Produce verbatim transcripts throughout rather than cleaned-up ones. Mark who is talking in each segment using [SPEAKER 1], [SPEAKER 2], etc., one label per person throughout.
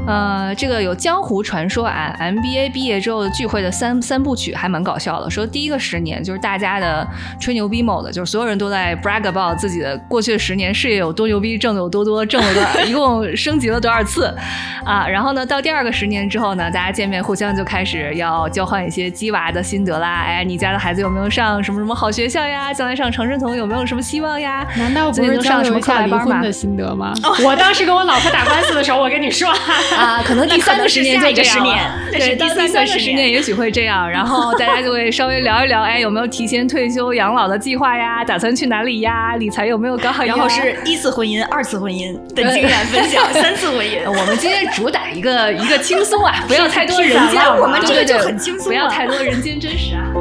[SPEAKER 1] 呃，这个有江湖传说啊 ，M B A 毕业之后聚会的三三部曲还蛮搞笑的。说第一个十年就是大家的吹牛逼 mode， 就是所有人都在 brag about 自己的过去的十年事业有多牛逼，挣的有多多，挣了多少，一共升级了多少次啊。然后呢，到第二个十年之后呢，大家见面互相就开始要交换一些鸡娃的心得啦。哎，你家的孩子有没有上什么什么好学校呀？将来上常春藤有没有什么希望呀？
[SPEAKER 2] 难道不是交流一下离婚的心得吗？我当时跟我老婆打官司的时候，我跟你说。
[SPEAKER 1] 啊，可能第三个十年就这样了，
[SPEAKER 3] 对，
[SPEAKER 1] 到第三个十年也许会这样，然后大家就会稍微聊一聊，哎，有没有提前退休养老的计划呀？打算去哪里呀？理财有没有搞好？
[SPEAKER 3] 然后是一次婚姻、二次婚姻的经验分享，三次婚姻。
[SPEAKER 1] 我们今天主打一个一个轻松啊，不要太多人间，
[SPEAKER 3] 我们这个就很轻松，
[SPEAKER 1] 不要太多人间真实啊。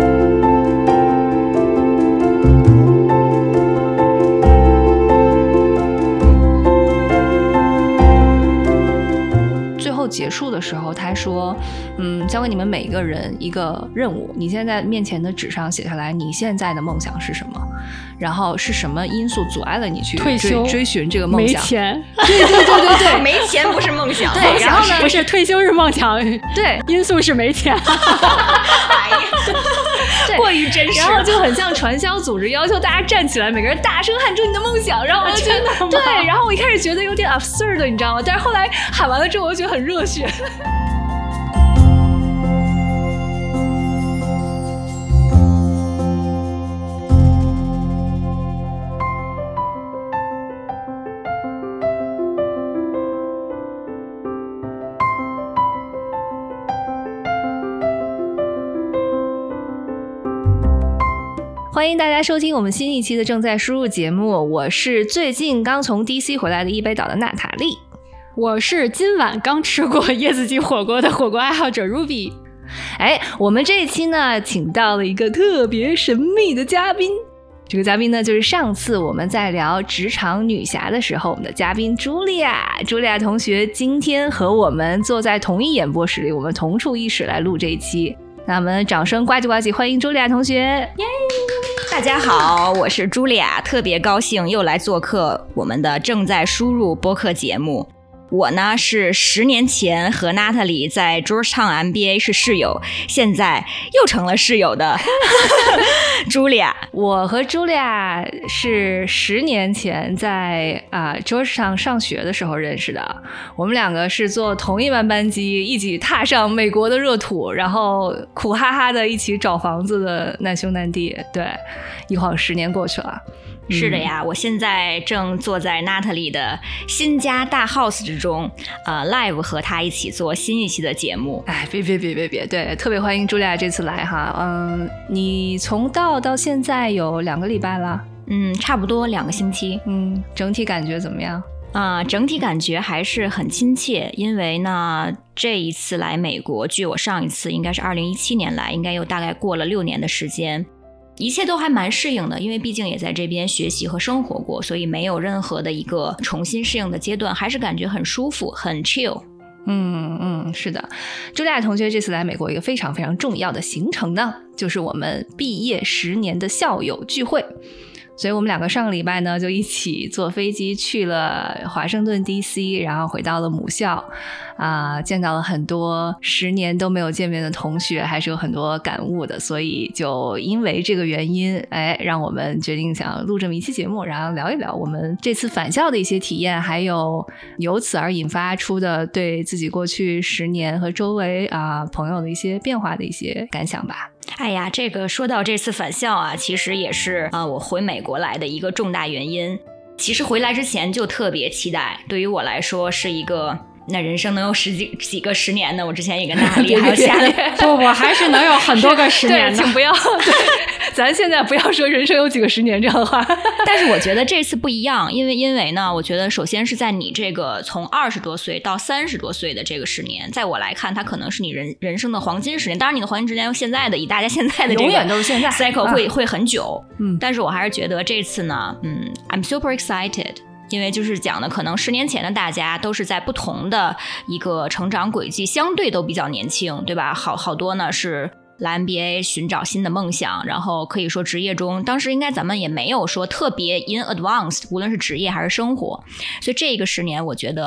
[SPEAKER 1] 结束的时候他说嗯，交给你们每一个人一个任务，你现在面前的纸上写下来你现在的梦想是什么，然后是什么因素阻碍了你去
[SPEAKER 2] 退休
[SPEAKER 1] 追, 追寻这个梦想。
[SPEAKER 2] 没钱，
[SPEAKER 1] 对对对对对，
[SPEAKER 3] 没钱不是梦想，
[SPEAKER 1] 对，然后呢
[SPEAKER 2] 不是退休是梦想，
[SPEAKER 1] 对，
[SPEAKER 2] 因素是没钱。
[SPEAKER 3] 哎呀，过于真实，
[SPEAKER 1] 然后就很像传销组织要求大家站起来，每个人大声喊出你的梦想，然后我就觉得对，然后我一开始觉得有点 absurd 你知道吗？但是后来喊完了之后我就觉得很热血。欢迎大家收听我们新一期的正在输入节目，我是最近刚从 D C 回来的一杯岛的娜塔莉，
[SPEAKER 2] 我是今晚刚吃过椰子鸡火锅的火锅爱好者 Ruby。
[SPEAKER 1] 哎，我们这一期呢请到了一个特别神秘的嘉宾，这个嘉宾呢就是上次我们在聊职场女侠的时候我们的嘉宾茱莉亚。茱莉亚同学今天和我们坐在同一演播室里，我们同处一室来录这一期，那我们掌声呱唧呱唧欢迎茱莉亚同学。耶！
[SPEAKER 3] 大家好，我是茱莉亚，特别高兴又来做客我们的正在输入播客节目。我呢是十年前和 Natalie 在 Georgetown M B A 是室友，现在又成了室友的茱莉亚。
[SPEAKER 1] 我和茱莉亚是十年前在啊、呃、Georgetown 上学的时候认识的，我们两个是坐同一班班机，一起踏上美国的热土，然后苦哈哈的一起找房子的难兄难弟。对，一晃十年过去了。
[SPEAKER 3] 是的呀、嗯、我现在正坐在 Natalie 的新家大 house 之中，呃 live 和她一起做新一期的节目。
[SPEAKER 1] 哎，别别别别别，对，特别欢迎茱莉亚这次来哈。嗯，你从到到现在有两个礼拜了？
[SPEAKER 3] 嗯，差不多两个星期。
[SPEAKER 1] 嗯，整体感觉怎么样？
[SPEAKER 3] 啊、呃，整体感觉还是很亲切，因为呢，这一次来美国，距我上一次应该是二零一七年来，应该又大概过了六年的时间。一切都还蛮适应的，因为毕竟也在这边学习和生活过，所以没有任何的一个重新适应的阶段，还是感觉很舒服很 chill。
[SPEAKER 1] 嗯嗯，是的。茱莉亚同学这次来美国一个非常非常重要的行程呢，就是我们毕业十年的校友聚会。所以我们两个上个礼拜呢就一起坐飞机去了华盛顿 D C， 然后回到了母校啊、呃，见到了很多十年都没有见面的同学，还是有很多感悟的，所以就因为这个原因，哎，让我们决定想录这么一期节目，然后聊一聊我们这次返校的一些体验，还有由此而引发出的对自己过去十年和周围啊、呃、朋友的一些变化的一些感想吧。
[SPEAKER 3] 哎呀，这个说到这次返校啊，其实也是啊、呃、我回美国来的一个重大原因。其实回来之前就特别期待，对于我来说是一个，那人生能有十几几个十年呢？我之前也跟大家还有下来，
[SPEAKER 2] 不不，还是能有很多个十年的。
[SPEAKER 1] 对，请不要，对，咱现在不要说人生有几个十年这样的话。
[SPEAKER 3] 但是我觉得这次不一样，因为因为呢，我觉得首先是在你这个从二十多岁到三十多岁的这个十年，在我来看，它可能是你人人生的黄金十年。当然，你的黄金十年用现在的以大家现在的这个
[SPEAKER 1] 永远都是现在
[SPEAKER 3] cycle 会、啊、会很久。
[SPEAKER 1] 嗯，
[SPEAKER 3] 但是我还是觉得这次呢，嗯 ，I'm super excited。因为就是讲的可能十年前的大家都是在不同的一个成长轨迹，相对都比较年轻，对吧？好好多呢是来 M B A 寻找新的梦想，然后可以说职业中当时应该咱们也没有说特别 in advanced， 无论是职业还是生活，所以这个十年我觉得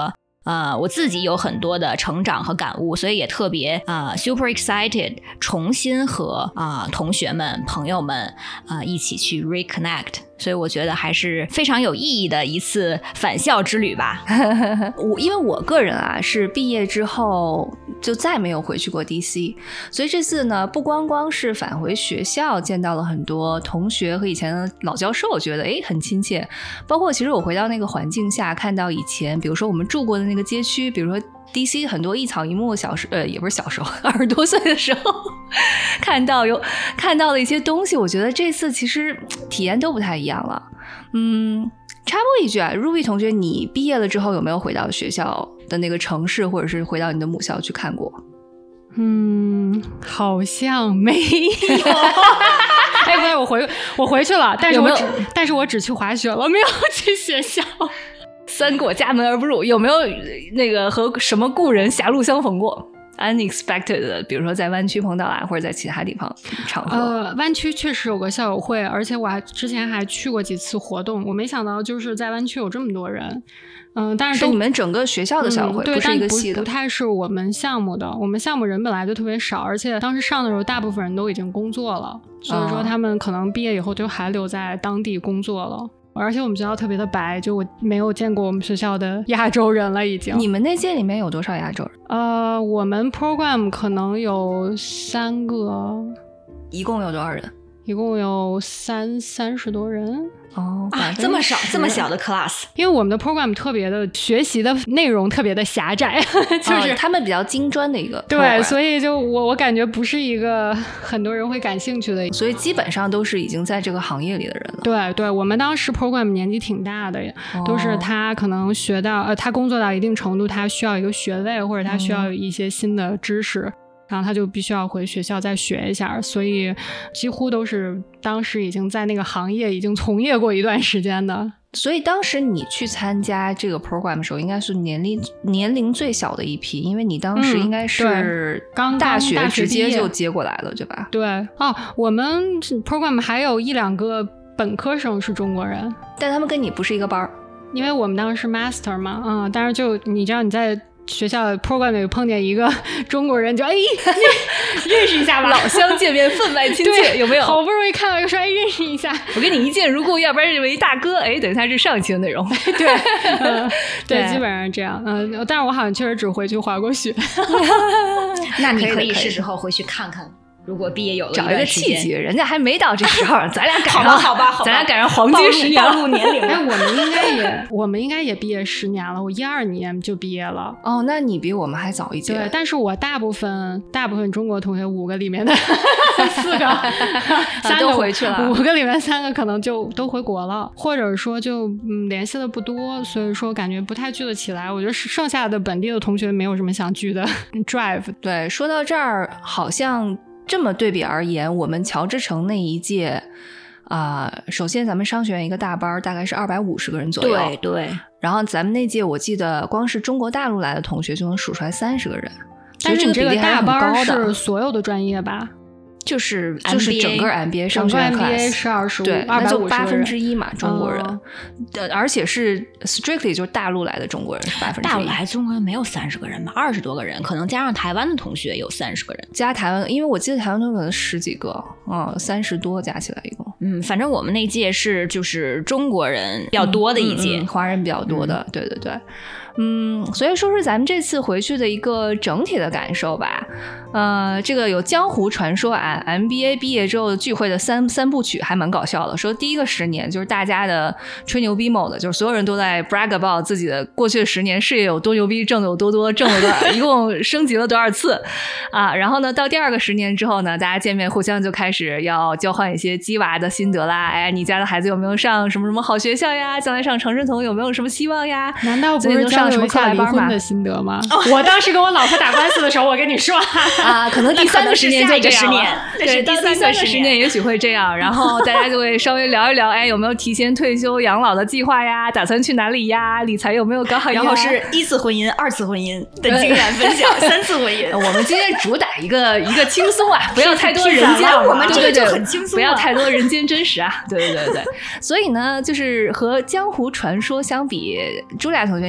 [SPEAKER 3] 呃，我自己有很多的成长和感悟，所以也特别啊、呃、super excited 重新和啊、呃、同学们朋友们啊、呃、一起去 reconnect， 所以我觉得还是非常有意义的一次返校之旅吧。
[SPEAKER 1] 我因为我个人啊是毕业之后就再没有回去过 D C， 所以这次呢不光光是返回学校见到了很多同学和以前的老教授，觉得诶很亲切，包括其实我回到那个环境下看到以前比如说我们住过的那个街区，比如说 D C 很多一草一木小时呃也不是小时候二十多岁的时候看到有看到的一些东西，我觉得这次其实体验都不太一样了。嗯，插播一句啊 Ruby 同学，你毕业了之后有没有回到学校的那个城市，或者是回到你的母校去看过？
[SPEAKER 2] 嗯，好像没有。哎，不对，我回我回去了，但是我只但是我只去滑雪了，没有去学校。
[SPEAKER 1] 三过家门而不入，有没有那个和什么故人狭路相逢过 ？unexpected 的，比如说在湾区碰到啊，或者在其他地方场合。
[SPEAKER 2] 呃，湾区确实有个校友会，而且我还之前还去过几次活动，我没想到就是在湾区有这么多人。嗯、呃，但是
[SPEAKER 1] 是你们整个学校的校友会，
[SPEAKER 2] 嗯、对，
[SPEAKER 1] 不是一个系的，
[SPEAKER 2] 不, 不太是我们项目的。我们项目人本来就特别少，而且当时上的时候，大部分人都已经工作了，所以说他们可能毕业以后就还留在当地工作了。而且我们学校特别的白，就我没有见过我们学校的亚洲人了已经。
[SPEAKER 1] 你们那届里面有多少亚洲人？
[SPEAKER 2] 呃，我们 program 可能有三个。
[SPEAKER 1] 一共有多少人？
[SPEAKER 2] 一共有三三十多人。
[SPEAKER 1] 哦
[SPEAKER 3] 啊，这么少，这么小的 class，
[SPEAKER 2] 因为我们的 program 特别的学习的内容特别的狭窄，就是、
[SPEAKER 1] 哦、他们比较精专的一个 program，
[SPEAKER 2] 对，所以就我我感觉不是一个很多人会感兴趣的，
[SPEAKER 1] 所以基本上都是已经在这个行业里的人了。
[SPEAKER 2] 对对，我们当时 program 年纪挺大的，哦、都是他可能学到呃，他工作到一定程度，他需要一个学位，或者他需要一些新的知识。嗯，然后他就必须要回学校再学一下，所以几乎都是当时已经在那个行业已经从业过一段时间的。
[SPEAKER 1] 所以当时你去参加这个 program 的时候，应该是年龄年龄最小的一批，因为你当时应该是刚大学直接就接过来了，对吧？
[SPEAKER 2] 对哦，我们 program 还有一两个本科生是中国人，
[SPEAKER 1] 但他们跟你不是一个班儿，
[SPEAKER 2] 因为我们当时是 master 嘛，嗯，但是就你知道你在学校 program 里碰见一个中国人，就哎认识一下吧，
[SPEAKER 1] 老乡见面分外亲切，有没有？
[SPEAKER 2] 好不容易看到一个说哎认识一下，
[SPEAKER 1] 我跟你一见如故，要不然认为大哥。哎，等一下是上一期的内容。
[SPEAKER 2] 对、嗯、对, 对，基本上这样。嗯，但是我好像确实只回去滑过雪。
[SPEAKER 3] 那你可以是时候回去看看。如果毕业有了
[SPEAKER 1] 找一个契机，人家还没到这时候，咱俩赶上
[SPEAKER 3] 好吧，好吧，好吧，
[SPEAKER 1] 咱俩赶上黄金十年，
[SPEAKER 3] 暴露年龄。
[SPEAKER 2] 哎，我们应该也，我们应该也毕业十年了。我一二年就毕业了。
[SPEAKER 1] 哦，那你比我们还早一届。
[SPEAKER 2] 对，但是我大部分大部分中国同学，五个里面的四个，三个
[SPEAKER 1] 都回去了，
[SPEAKER 2] 五个里面三个可能就都回国了，或者说就嗯联系的不多，所以说感觉不太聚得起来。我觉得剩下的本地的同学没有什么想聚的 drive。
[SPEAKER 1] 对，说到这儿，好像。这么对比而言，我们乔治城那一届啊、呃，首先咱们商学院一个大班大概是二百五十个人左右，
[SPEAKER 3] 对对。
[SPEAKER 1] 然后咱们那届我记得光是中国大陆来的同学就能数出来三十个人，
[SPEAKER 2] 但是你这个大班
[SPEAKER 1] 是
[SPEAKER 2] 所有的专业吧？
[SPEAKER 3] 就是
[SPEAKER 1] 就是整个 M B A 商学院
[SPEAKER 2] M B A 是二十五，
[SPEAKER 1] 对，
[SPEAKER 2] 那
[SPEAKER 1] 就八分之一嘛，中国人，
[SPEAKER 2] 嗯、
[SPEAKER 1] 而且是 strictly 就是大陆来的中国人是八分之一。
[SPEAKER 3] 大陆来的中国人没有三十个人吧，二十多个人，可能加上台湾的同学有三十个人，
[SPEAKER 1] 加台湾，因为我记得台湾同学可能十几个，嗯，三十多加起来一共。
[SPEAKER 3] 嗯，反正我们那届是就是中国人比较多的一届，
[SPEAKER 1] 嗯嗯嗯、华人比较多的，嗯、对对对。嗯，所以说说咱们这次回去的一个整体的感受吧。呃，这个有江湖传说啊 ，M B A 毕业之后聚会的三三部曲还蛮搞笑的。说第一个十年就是大家的吹牛逼 mode， 就是所有人都在 brag about 自己的过去的十年事业有多牛逼，挣的有多多，挣了多少，一共升级了多少次啊。然后呢，到第二个十年之后呢，大家见面互相就开始要交换一些鸡娃的心得啦。哎，你家的孩子有没有上什么什么好学校呀？将来上常春藤有没有什么希望呀？
[SPEAKER 2] 难道不是上什么课外班吗？的心得吗？
[SPEAKER 3] 哦、
[SPEAKER 2] 我当时跟我老婆打官司的时候，我跟你说
[SPEAKER 1] 啊，可能第三个十年就这样了，
[SPEAKER 3] 对，
[SPEAKER 1] 到第三个十年也许会这样，然后大家就会稍微聊一聊，哎，有没有提前退休养老的计划呀？打算去哪里呀？理财有没有搞好？
[SPEAKER 3] 然后是一次婚姻、二次婚姻的经验分享，三次婚姻。
[SPEAKER 1] 我们今天主打一个一个轻松啊，不要太多人间，
[SPEAKER 3] 我们这个就很轻松，
[SPEAKER 1] 不要太多人间真实啊。对对对对，所以呢，就是和江湖传说相比，茱莉亚同学，你觉得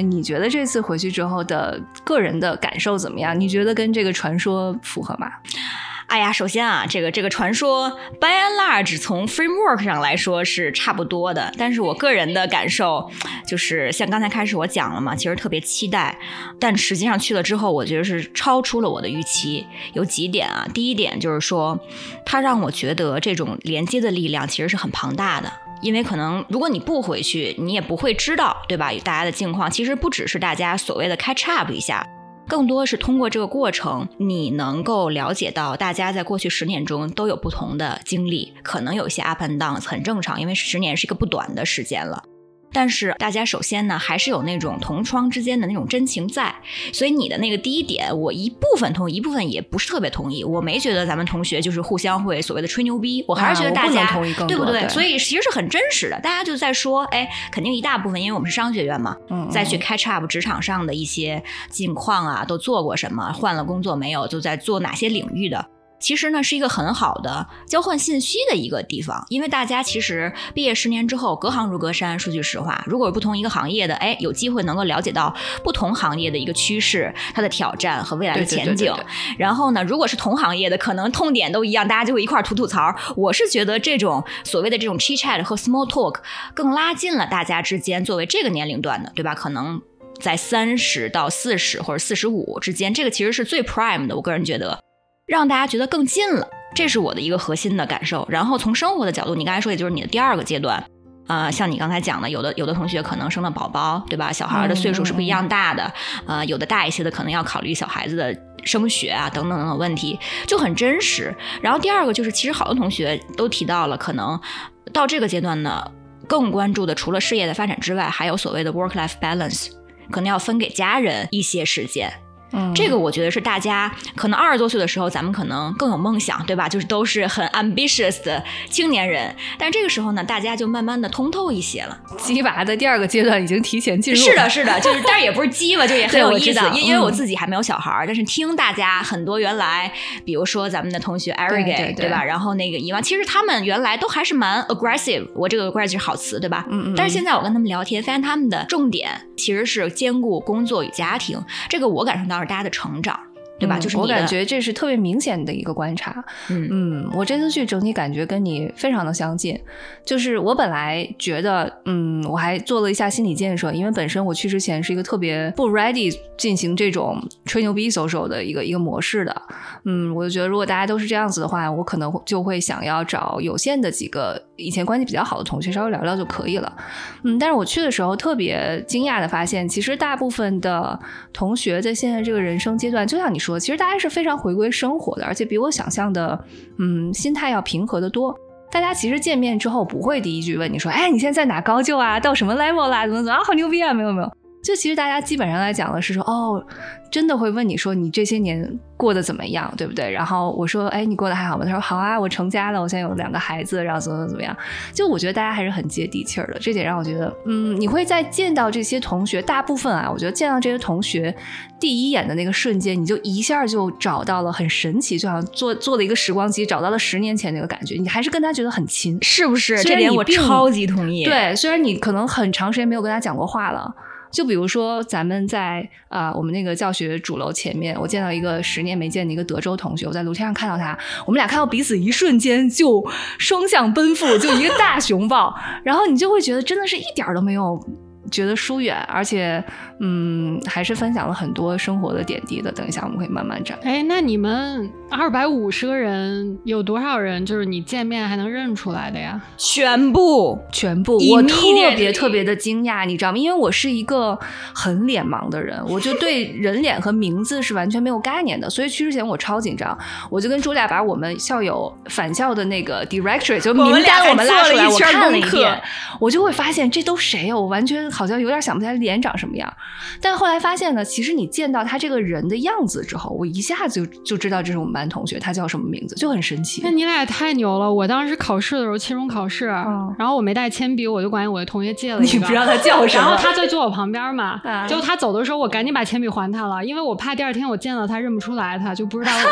[SPEAKER 1] 的这次回去之后的个人的感受怎么样？你觉得跟这个传说符合吗？
[SPEAKER 3] 哎呀，首先啊，这个这个传说 by and large 从 framework 上来说是差不多的，但是我个人的感受就是像刚才开始我讲了嘛，其实特别期待，但实际上去了之后，我觉得是超出了我的预期。有几点啊，第一点就是说，它让我觉得这种连接的力量其实是很庞大的。因为可能如果你不回去，你也不会知道，对吧？大家的境况其实不只是大家所谓的 catch up 一下，更多是通过这个过程，你能够了解到大家在过去十年中都有不同的经历，可能有些 up and down 很正常，因为十年是一个不短的时间了。但是大家首先呢，还是有那种同窗之间的那种真情在，所以你的那个第一点，我一部分同意，一部分也不是特别同意。我没觉得咱们同学就是互相会所谓的吹牛逼，我还是觉得大家、
[SPEAKER 1] 啊、同意更多，
[SPEAKER 3] 对不对？
[SPEAKER 1] 对，
[SPEAKER 3] 所以其实是很真实的，大家就在说，哎，肯定一大部分，因为我们是商学院嘛，嗯，再去 catch up 职场上的一些近况啊，都做过什么，换了工作没有，就在做哪些领域的。其实呢是一个很好的交换信息的一个地方，因为大家其实毕业十年之后隔行如隔山，说句实话，如果有不同一个行业的，哎，有机会能够了解到不同行业的一个趋势，它的挑战和未来的前景。
[SPEAKER 1] 对对对对对，
[SPEAKER 3] 然后呢，如果是同行业的，可能痛点都一样，大家就会一块吐吐槽。我是觉得这种所谓的这种 chit chat 和 small talk 更拉近了大家之间作为这个年龄段的，对吧？可能在三十到四十或者四十五之间，这个其实是最 prime 的，我个人觉得让大家觉得更近了，这是我的一个核心的感受。然后从生活的角度，你刚才说也就是你的第二个阶段，呃，像你刚才讲的，有的有的同学可能生了宝宝，对吧？小孩的岁数是不一样大的，嗯、呃，有的大一些的可能要考虑小孩子的升学啊等等等等问题，就很真实。然后第二个就是，其实好多同学都提到了，可能到这个阶段呢，更关注的除了事业的发展之外，还有所谓的 work-life balance， 可能要分给家人一些时间。嗯，这个我觉得是大家可能二十多岁的时候，咱们可能更有梦想，对吧？就是都是很 ambitious 的青年人，但是这个时候呢，大家就慢慢的通透一些了。
[SPEAKER 1] 鸡娃的第二个阶段已经提前进入了。
[SPEAKER 3] 是的，是的，就是，但是也不是鸡吧，就也很有意思。因因为我自
[SPEAKER 1] 己
[SPEAKER 3] 己还没有小孩、嗯，但是听大家很多原来，比如说咱们的同学 Eric， 对, 对, 对吧？然后那个伊万，其实他们原来都还是蛮 aggressive， 我这个 aggressive 是好词，对吧？嗯嗯。但是现在我跟他们聊天，发现他们的重点其实是兼顾工作与家庭，这个我感受到是大家的成长。对吧？
[SPEAKER 1] 嗯、
[SPEAKER 3] 就是
[SPEAKER 1] 我感觉这是特别明显的一个观察。嗯嗯，我这次去整体感觉跟你非常的相近。就是我本来觉得，嗯，我还做了一下心理建设，因为本身我去之前是一个特别不 ready 进行这种吹牛逼 social 的一个一个模式的。嗯，我就觉得如果大家都是这样子的话，我可能就会想要找有限的几个以前关系比较好的同学稍微聊聊就可以了。嗯，但是我去的时候特别惊讶的发现，其实大部分的同学在现在这个人生阶段，就像你说，其实大家是非常回归生活的，而且比我想象的嗯心态要平和的多。大家其实见面之后不会第一句问你说，哎，你现在在哪高就啊，到什么 level 啦，怎么怎么啊，好牛逼啊，没有没有，就其实大家基本上来讲的是说，哦，真的会问你说你这些年过得怎么样，对不对？然后我说，哎，你过得还好吗？他说好啊，我成家了，我现在有两个孩子，然后怎么怎么样。就我觉得大家还是很接地气儿的，这点让我觉得，嗯，你会在见到这些同学，大部分啊，我觉得见到这些同学第一眼的那个瞬间，你就一下就找到了很神奇，就好像做做了一个时光机，找到了十年前那个感觉，你还是跟他觉得很亲，
[SPEAKER 3] 是不是？这点我超级同意。
[SPEAKER 1] 对，虽然你可能很长时间没有跟他讲过话了。就比如说咱们在啊、呃、我们那个教学主楼前面，我见到一个十年没见的一个德州同学，我在楼梯上看到他，我们俩看到彼此一瞬间就双向奔赴，就一个大熊抱然后你就会觉得真的是一点都没有觉得疏远，而且嗯还是分享了很多生活的点滴的。等一下我们可以慢慢讲。
[SPEAKER 2] 哎，那你们二百五十个人有多少人就是你见面还能认出来的呀？
[SPEAKER 3] 全部
[SPEAKER 1] 全部我特别特别的惊讶，你知道吗？因为我是一个很脸盲的人，我就对人脸和名字是完全没有概念的，所以去之前我超紧张，我就跟朱莉亚把我们校友返校的那个 directory 就名单我们拉出来，我看了一遍，我就会发现这都谁啊？我完全好像有点想不起来脸长什么样。但后来发现呢，其实你见到他这个人的样子之后，我一下子就就知道这是我们班同学，他叫什么名字，就很神奇。
[SPEAKER 2] 那你俩也太牛了！我当时考试的时候，期中考试、嗯，然后我没带铅笔，我就管我的同学借了一个。
[SPEAKER 1] 你不知道他叫什么？
[SPEAKER 2] 然后他就坐我旁边嘛，结果他走的时候，我赶紧把铅笔还他了，因为我怕第二天我见到他认不出来他，就不知道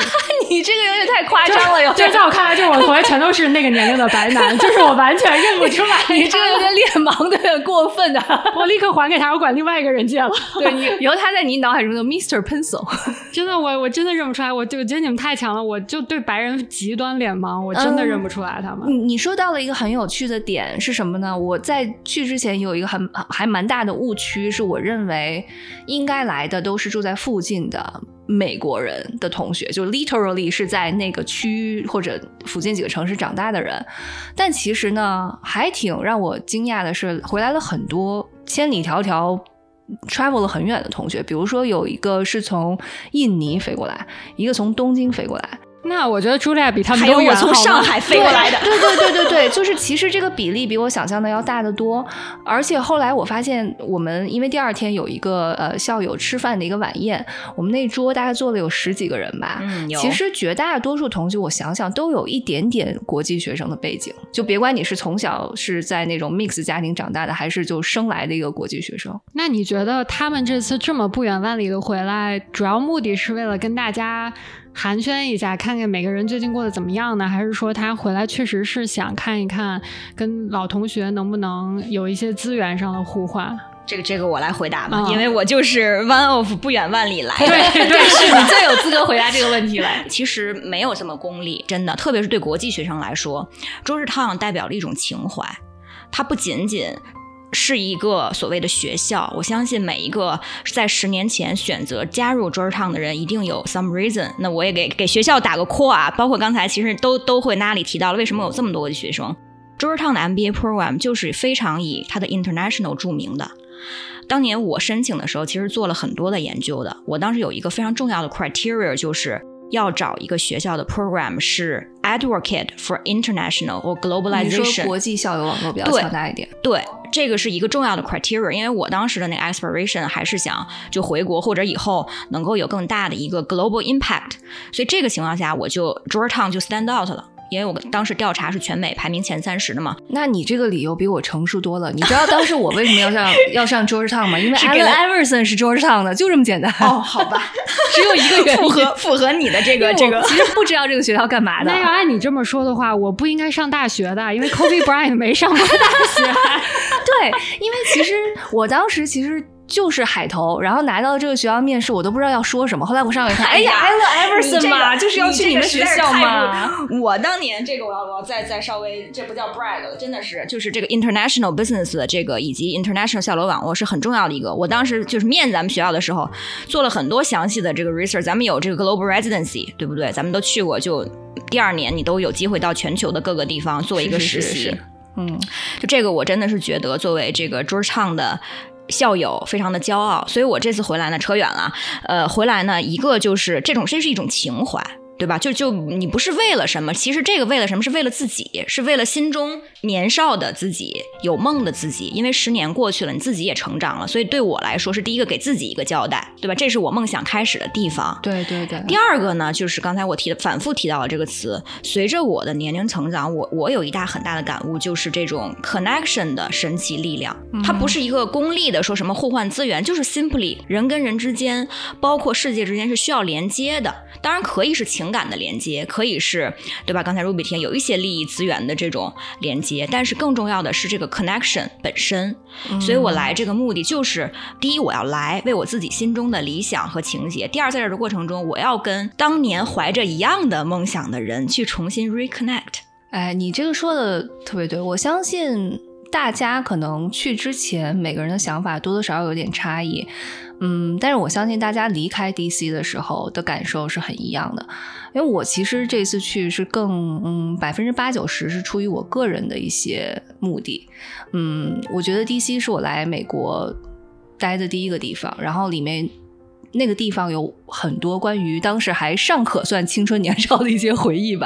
[SPEAKER 1] 你这个有点太夸张了哟！
[SPEAKER 2] 就在我看来，就我同学全都是那个年龄的白男，就是我完全认不出来。
[SPEAKER 1] 你这个有点脸盲的，有点过分的。
[SPEAKER 2] 我立刻还给他，我管另外一个人借了。
[SPEAKER 1] 对，你以后他在你脑海中的 mister Pencil。
[SPEAKER 2] 真的，我我真的认不出来。我就觉得你们太强了，我就对白人极端脸盲，我真的认不出来他们。
[SPEAKER 1] 嗯、你说到了一个很有趣的点是什么呢？我在去之前有一个很还蛮大的误区，是我认为应该来的都是住在附近的美国人的同学，就 literally 是在那个区或者附近几个城市长大的人。但其实呢，还挺让我惊讶的是，回来了很多千里迢迢 travel 了很远的同学，比如说有一个是从印尼飞过来，一个从东京飞过来。
[SPEAKER 2] 那我觉得茱莉亚比他们都远，
[SPEAKER 3] 还有我从上海飞过来的。
[SPEAKER 1] 对对对对对，就是其实这个比例比我想象的要大得多。而且后来我发现，我们因为第二天有一个呃校友吃饭的一个晚宴，我们那桌大概坐了有十几个人吧。
[SPEAKER 3] 嗯，有。
[SPEAKER 1] 其实绝大多数同学，我想想都有一点点国际学生的背景，就别管你是从小是在那种 mix 家庭长大的，还是就生来的一个国际学生。
[SPEAKER 2] 那你觉得他们这次这么不远万里的回来，主要目的是为了跟大家寒暄一下，看看每个人最近过得怎么样呢？还是说他回来确实是想看一看跟老同学能不能有一些资源上的互换？
[SPEAKER 3] 这个这个我来回答吧、
[SPEAKER 2] 嗯，
[SPEAKER 3] 因为我就是 one of 不远万里来的。
[SPEAKER 1] 对对，是你最有资格回答这个问题来。
[SPEAKER 3] 其实没有这么功利，真的，特别是对国际学生来说，Georgetown代表了一种情怀，它不仅仅是一个所谓的学校，我相信每一个在十年前选择加入 Georgetown 的人一定有 some reason。那我也给给学校打个 call 啊，包括刚才其实都都会那里提到了为什么有这么多的学生。Georgetown 的 M B A program 就是非常以它的 international 著名的。当年我申请的时候，其实做了很多的研究的。我当时有一个非常重要的 criteria， 就是要找一个学校的 program 是 advocate for international or globalization。
[SPEAKER 1] 你说国际校友网络比较强大一点。
[SPEAKER 3] 对，对，这个是一个重要的 criteria， 因为我当时的那个 aspiration 还是想就回国或者以后能够有更大的一个 global impact， 所以这个情况下我就 Georgetown 就 stand out 了。因为我当时调查是全美排名前三十的嘛。
[SPEAKER 1] 那你这个理由比我成熟多了。你知道当时我为什么要上要上 Georgetown 吗？因为 Allen Iverson 是 Georgetown 的，就这么简单。
[SPEAKER 3] 哦，好吧，
[SPEAKER 1] 只有一个原因，
[SPEAKER 3] 符合符合你的这个这个。
[SPEAKER 1] 其实不知道这个学校干嘛的。
[SPEAKER 2] 那要按你这么说的话，我不应该上大学的，因为 Kobe Bryant 没上过大学。
[SPEAKER 1] 对，因为其实我当时其实就是海投，然后拿到这个学校面试，我都不知道要说什么。后来我上来看，哎呀 ，Allen Iverson 嘛，就是要去你们学校嘛。
[SPEAKER 3] 我当年这个我要我要再再稍微，这不叫 brag 了，真的是就是这个 international business 的这个以及 international 校友网络是很重要的一个。我当时就是面咱们学校的时候，做了很多详细的这个 research。咱们有这个 global residency， 对不对？咱们都去过，就第二年你都有机会到全球的各个地方做一个实习。
[SPEAKER 1] 是是是是
[SPEAKER 3] 嗯，就这个我真的是觉得作为这个 Georgetown 的校友非常的骄傲，所以我这次回来呢，扯远了，呃，回来呢，一个就是这种，这是一种情怀，对吧？就就你不是为了什么，其实这个为了什么，是为了自己，是为了心中年少的自己，有梦的自己。因为十年过去了，你自己也成长了，所以对我来说是第一个给自己一个交代，对吧？这是我梦想开始的地方。
[SPEAKER 1] 对对对。
[SPEAKER 3] 第二个呢，就是刚才我提的反复提到了这个词，随着我的年龄成长，我我有一大很大的感悟，就是这种 connection 的神奇力量。它不是一个功利的说什么互换资源，就是 simply 人跟人之间，包括世界之间是需要连接的。当然可以是情感的连接，可以是，对吧？刚才 Ruby 提有一些利益资源的这种连接，但是更重要的是这个 connection 本身。所以我来这个目的就是，第一，我要来为我自己心中的理想和情节；第二，在这个过程中，我要跟当年怀着一样的梦想的人去重新 reconnect。
[SPEAKER 1] 哎，你这个说的特别对，我相信大家可能去之前每个人的想法多多少少有点差异。嗯，但是我相信大家离开 D C 的时候的感受是很一样的，因为我其实这次去是更嗯百分之八九十是出于我个人的一些目的。嗯，我觉得 D C 是我来美国待的第一个地方，然后里面那个地方有很多关于当时还尚可算青春年少的一些回忆吧。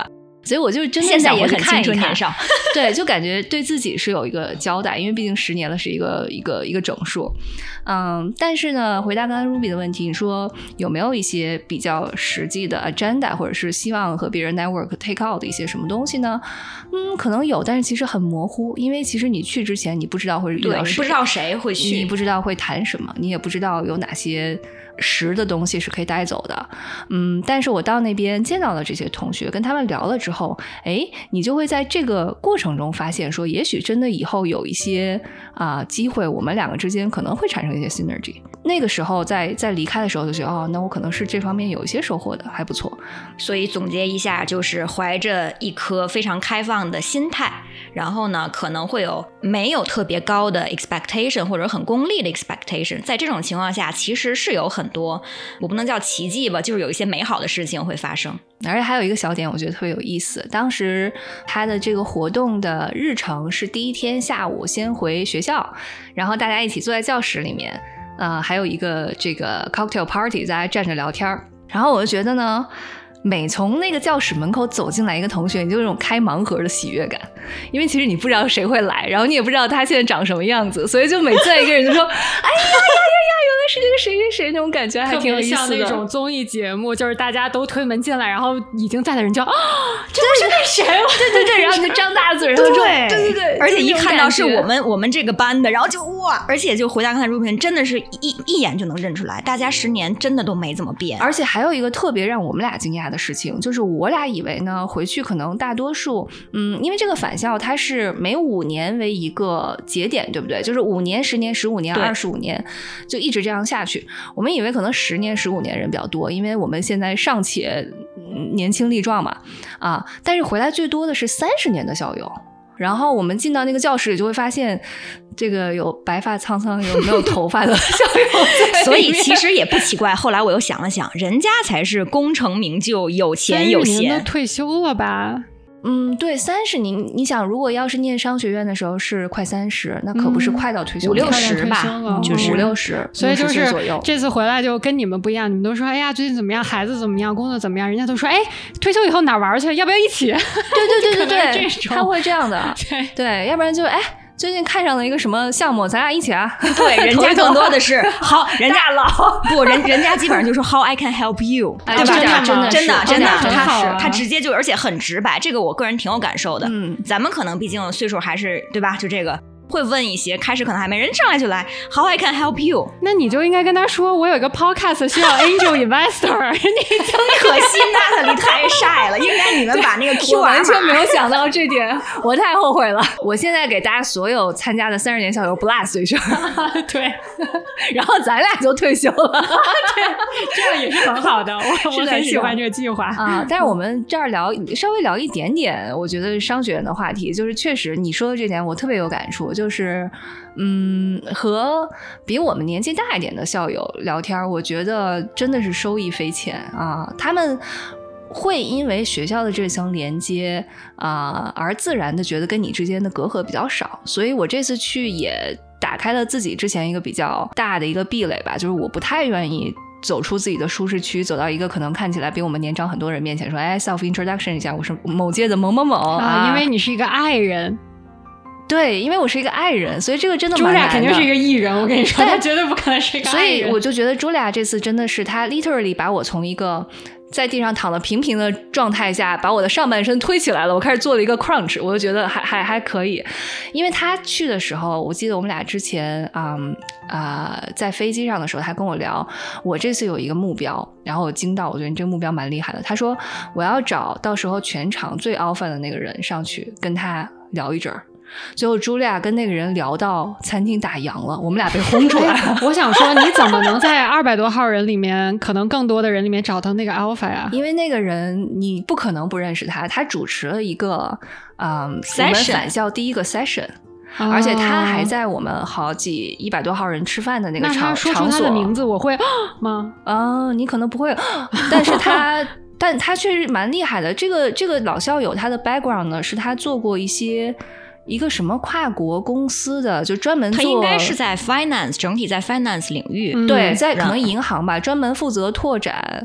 [SPEAKER 1] 所以我就真的
[SPEAKER 3] 现在也很
[SPEAKER 1] 看一看
[SPEAKER 3] 青春年少
[SPEAKER 1] 对，就感觉对自己是有一个交代，因为毕竟十年了是一个一个一个整数。嗯，但是呢，回答刚刚 Ruby 的问题，你说有没有一些比较实际的 agenda， 或者是希望和别人 network take out 的一些什么东西呢？嗯，可能有，但是其实很模糊，因为其实你去之前你不知道会遇到谁，
[SPEAKER 3] 不知道谁会去，
[SPEAKER 1] 你不知道会谈什么，你也不知道有哪些实的东西是可以带走的。嗯，但是我到那边见到了这些同学，跟他们聊了之后，哎，你就会在这个过程中发现说，也许真的以后有一些啊、呃、机会，我们两个之间可能会产生一些 synergy。那个时候在在离开的时候就觉得，哦，那我可能是这方面有一些收获的，还不错。
[SPEAKER 3] 所以总结一下，就是怀着一颗非常开放的心态，然后呢，可能会有没有特别高的 expectation 或者很功利的 expectation。在这种情况下，其实是有很多，我不能叫奇迹吧，就是有一些美好的事情会发生。
[SPEAKER 1] 而且还有一个小点我觉得特别有意思，当时他的这个活动的日程是第一天下午先回学校，然后大家一起坐在教室里面，呃，还有一个这个 cocktail party， 大家站着聊天。然后我就觉得呢，每从那个教室门口走进来一个同学，你就有种开盲盒的喜悦感，因为其实你不知道谁会来，然后你也不知道他现在长什么样子，所以就每次一个人就说哎呀呀呀呀，原来是这个谁谁谁，那种感觉还挺有意思的。
[SPEAKER 2] 特别像那种综艺节目，就是大家都推门进来，然后已经在的人就啊，这不是那谁吗？
[SPEAKER 1] 对对对，然后你就张大嘴，然后说对对对，
[SPEAKER 3] 而且一看到是我们我们这个班的，然后就哇，而且就回答刚才 Ruby 真的是一一眼就能认出来，大家十年真的都没怎么变。
[SPEAKER 1] 而且还有一个特别让我们俩惊讶的事情，就是我俩以为呢，回去可能大多数，嗯，因为这个返校它是每五年为一个节点，对不对？就是五年、十年、十五年、二十五年，就一直这样下去。我们以为可能十年、十五年人比较多，因为我们现在尚且、嗯、年轻力壮嘛，啊，但是回来最多的是三十年的校友。然后我们进到那个教室里，就会发现这个有白发苍苍有没有头发的校友
[SPEAKER 3] 所以其实也不奇怪。后来我又想了想，人家才是功成名就、有钱有闲，
[SPEAKER 2] 都退休了吧？
[SPEAKER 1] 嗯，对，三十，你你想，如果要是念商学院的时候是快三十，那可不是快到退休，
[SPEAKER 3] 五六十吧，
[SPEAKER 1] 就是五六十，
[SPEAKER 2] 所以就是
[SPEAKER 1] 左右。
[SPEAKER 2] 这次回来就跟你们不一样，你们都说哎呀最近怎么样，孩子怎么样，工作怎么样，人家都说哎退休以后哪玩去，要不要一起？对
[SPEAKER 1] 对对对对，他会这样的，
[SPEAKER 2] 对
[SPEAKER 1] 对，要不然就哎。最近看上了一个什么项目，咱俩一起啊？
[SPEAKER 3] 对，人家更多的是好，人家老不人人家基本上就说 How I can help you， 对吧？
[SPEAKER 1] 真的
[SPEAKER 3] 真的真的真的，
[SPEAKER 2] 他
[SPEAKER 3] 他直接就而且很直白，这个我个人挺有感受的。
[SPEAKER 1] 嗯，
[SPEAKER 3] 咱们可能毕竟岁数还是对吧？就这个。会问一些，开始可能还没人上来就来 How I can help you，
[SPEAKER 2] 那你就应该跟他说我有一个 podcast 需要 angel investor 你
[SPEAKER 3] 可惜娜塔莉太晒了，应该你们把那个 Q R
[SPEAKER 1] 我完全没有想到这点，我太后悔了。我现在给大家所有参加的三十年校友 blast 一声
[SPEAKER 2] 对，
[SPEAKER 1] 然后咱俩就退休了
[SPEAKER 2] 对，这样也是很好的，我我很喜欢这个计划
[SPEAKER 1] 啊。但是我们这儿聊稍微聊一点点我觉得商学院的话题，就是确实你说的这点我特别有感触，就是嗯，和比我们年纪大一点的校友聊天，我觉得真的是收益匪浅啊。他们会因为学校的这层连接啊、呃，而自然的觉得跟你之间的隔阂比较少。所以我这次去也打开了自己之前一个比较大的一个壁垒吧，就是我不太愿意走出自己的舒适区，走到一个可能看起来比我们年长很多人面前说，哎 ，self introduction 一下，我是某届的某某某啊，
[SPEAKER 2] 啊因为你是一个爱人。
[SPEAKER 1] 对，因为我是一个爱人，所以这个真的蛮难的。
[SPEAKER 2] 茱莉亚肯定是一个艺人，我跟你说，她绝对不可能是一个爱人。
[SPEAKER 1] 所以我就觉得茱莉亚这次真的是，她 literally 把我从一个在地上躺得平平的状态下，把我的上半身推起来了。我开始做了一个 crunch， 我就觉得还还还可以。因为她去的时候，我记得我们俩之前嗯啊、呃、在飞机上的时候，她跟我聊，我这次有一个目标，然后我惊到，我觉得你这个目标蛮厉害的。她说我要找到时候全场最 alpha 的那个人上去跟他聊一阵儿。最后茱莉亚跟那个人聊到餐厅打烊了，我们俩被轰出来了。
[SPEAKER 2] 我想说你怎么能在二百多号人里面可能更多的人里面找到那个 alpha 呀？
[SPEAKER 1] 因为那个人你不可能不认识他，他主持了一个嗯我们返校第一个 session、哦、而且他还在我们好几一百多号人吃饭的那个场
[SPEAKER 2] 那他说出他的名字我会吗？
[SPEAKER 1] 啊、呃，你可能不会，但是他但他确实蛮厉害的。这个这个老校友他的 background 呢，是他做过一些一个什么跨国公司的，就专门做，
[SPEAKER 3] 他应该是在 finance 整体在 finance 领域、
[SPEAKER 1] 嗯、对，在可能银行吧，专门负责拓展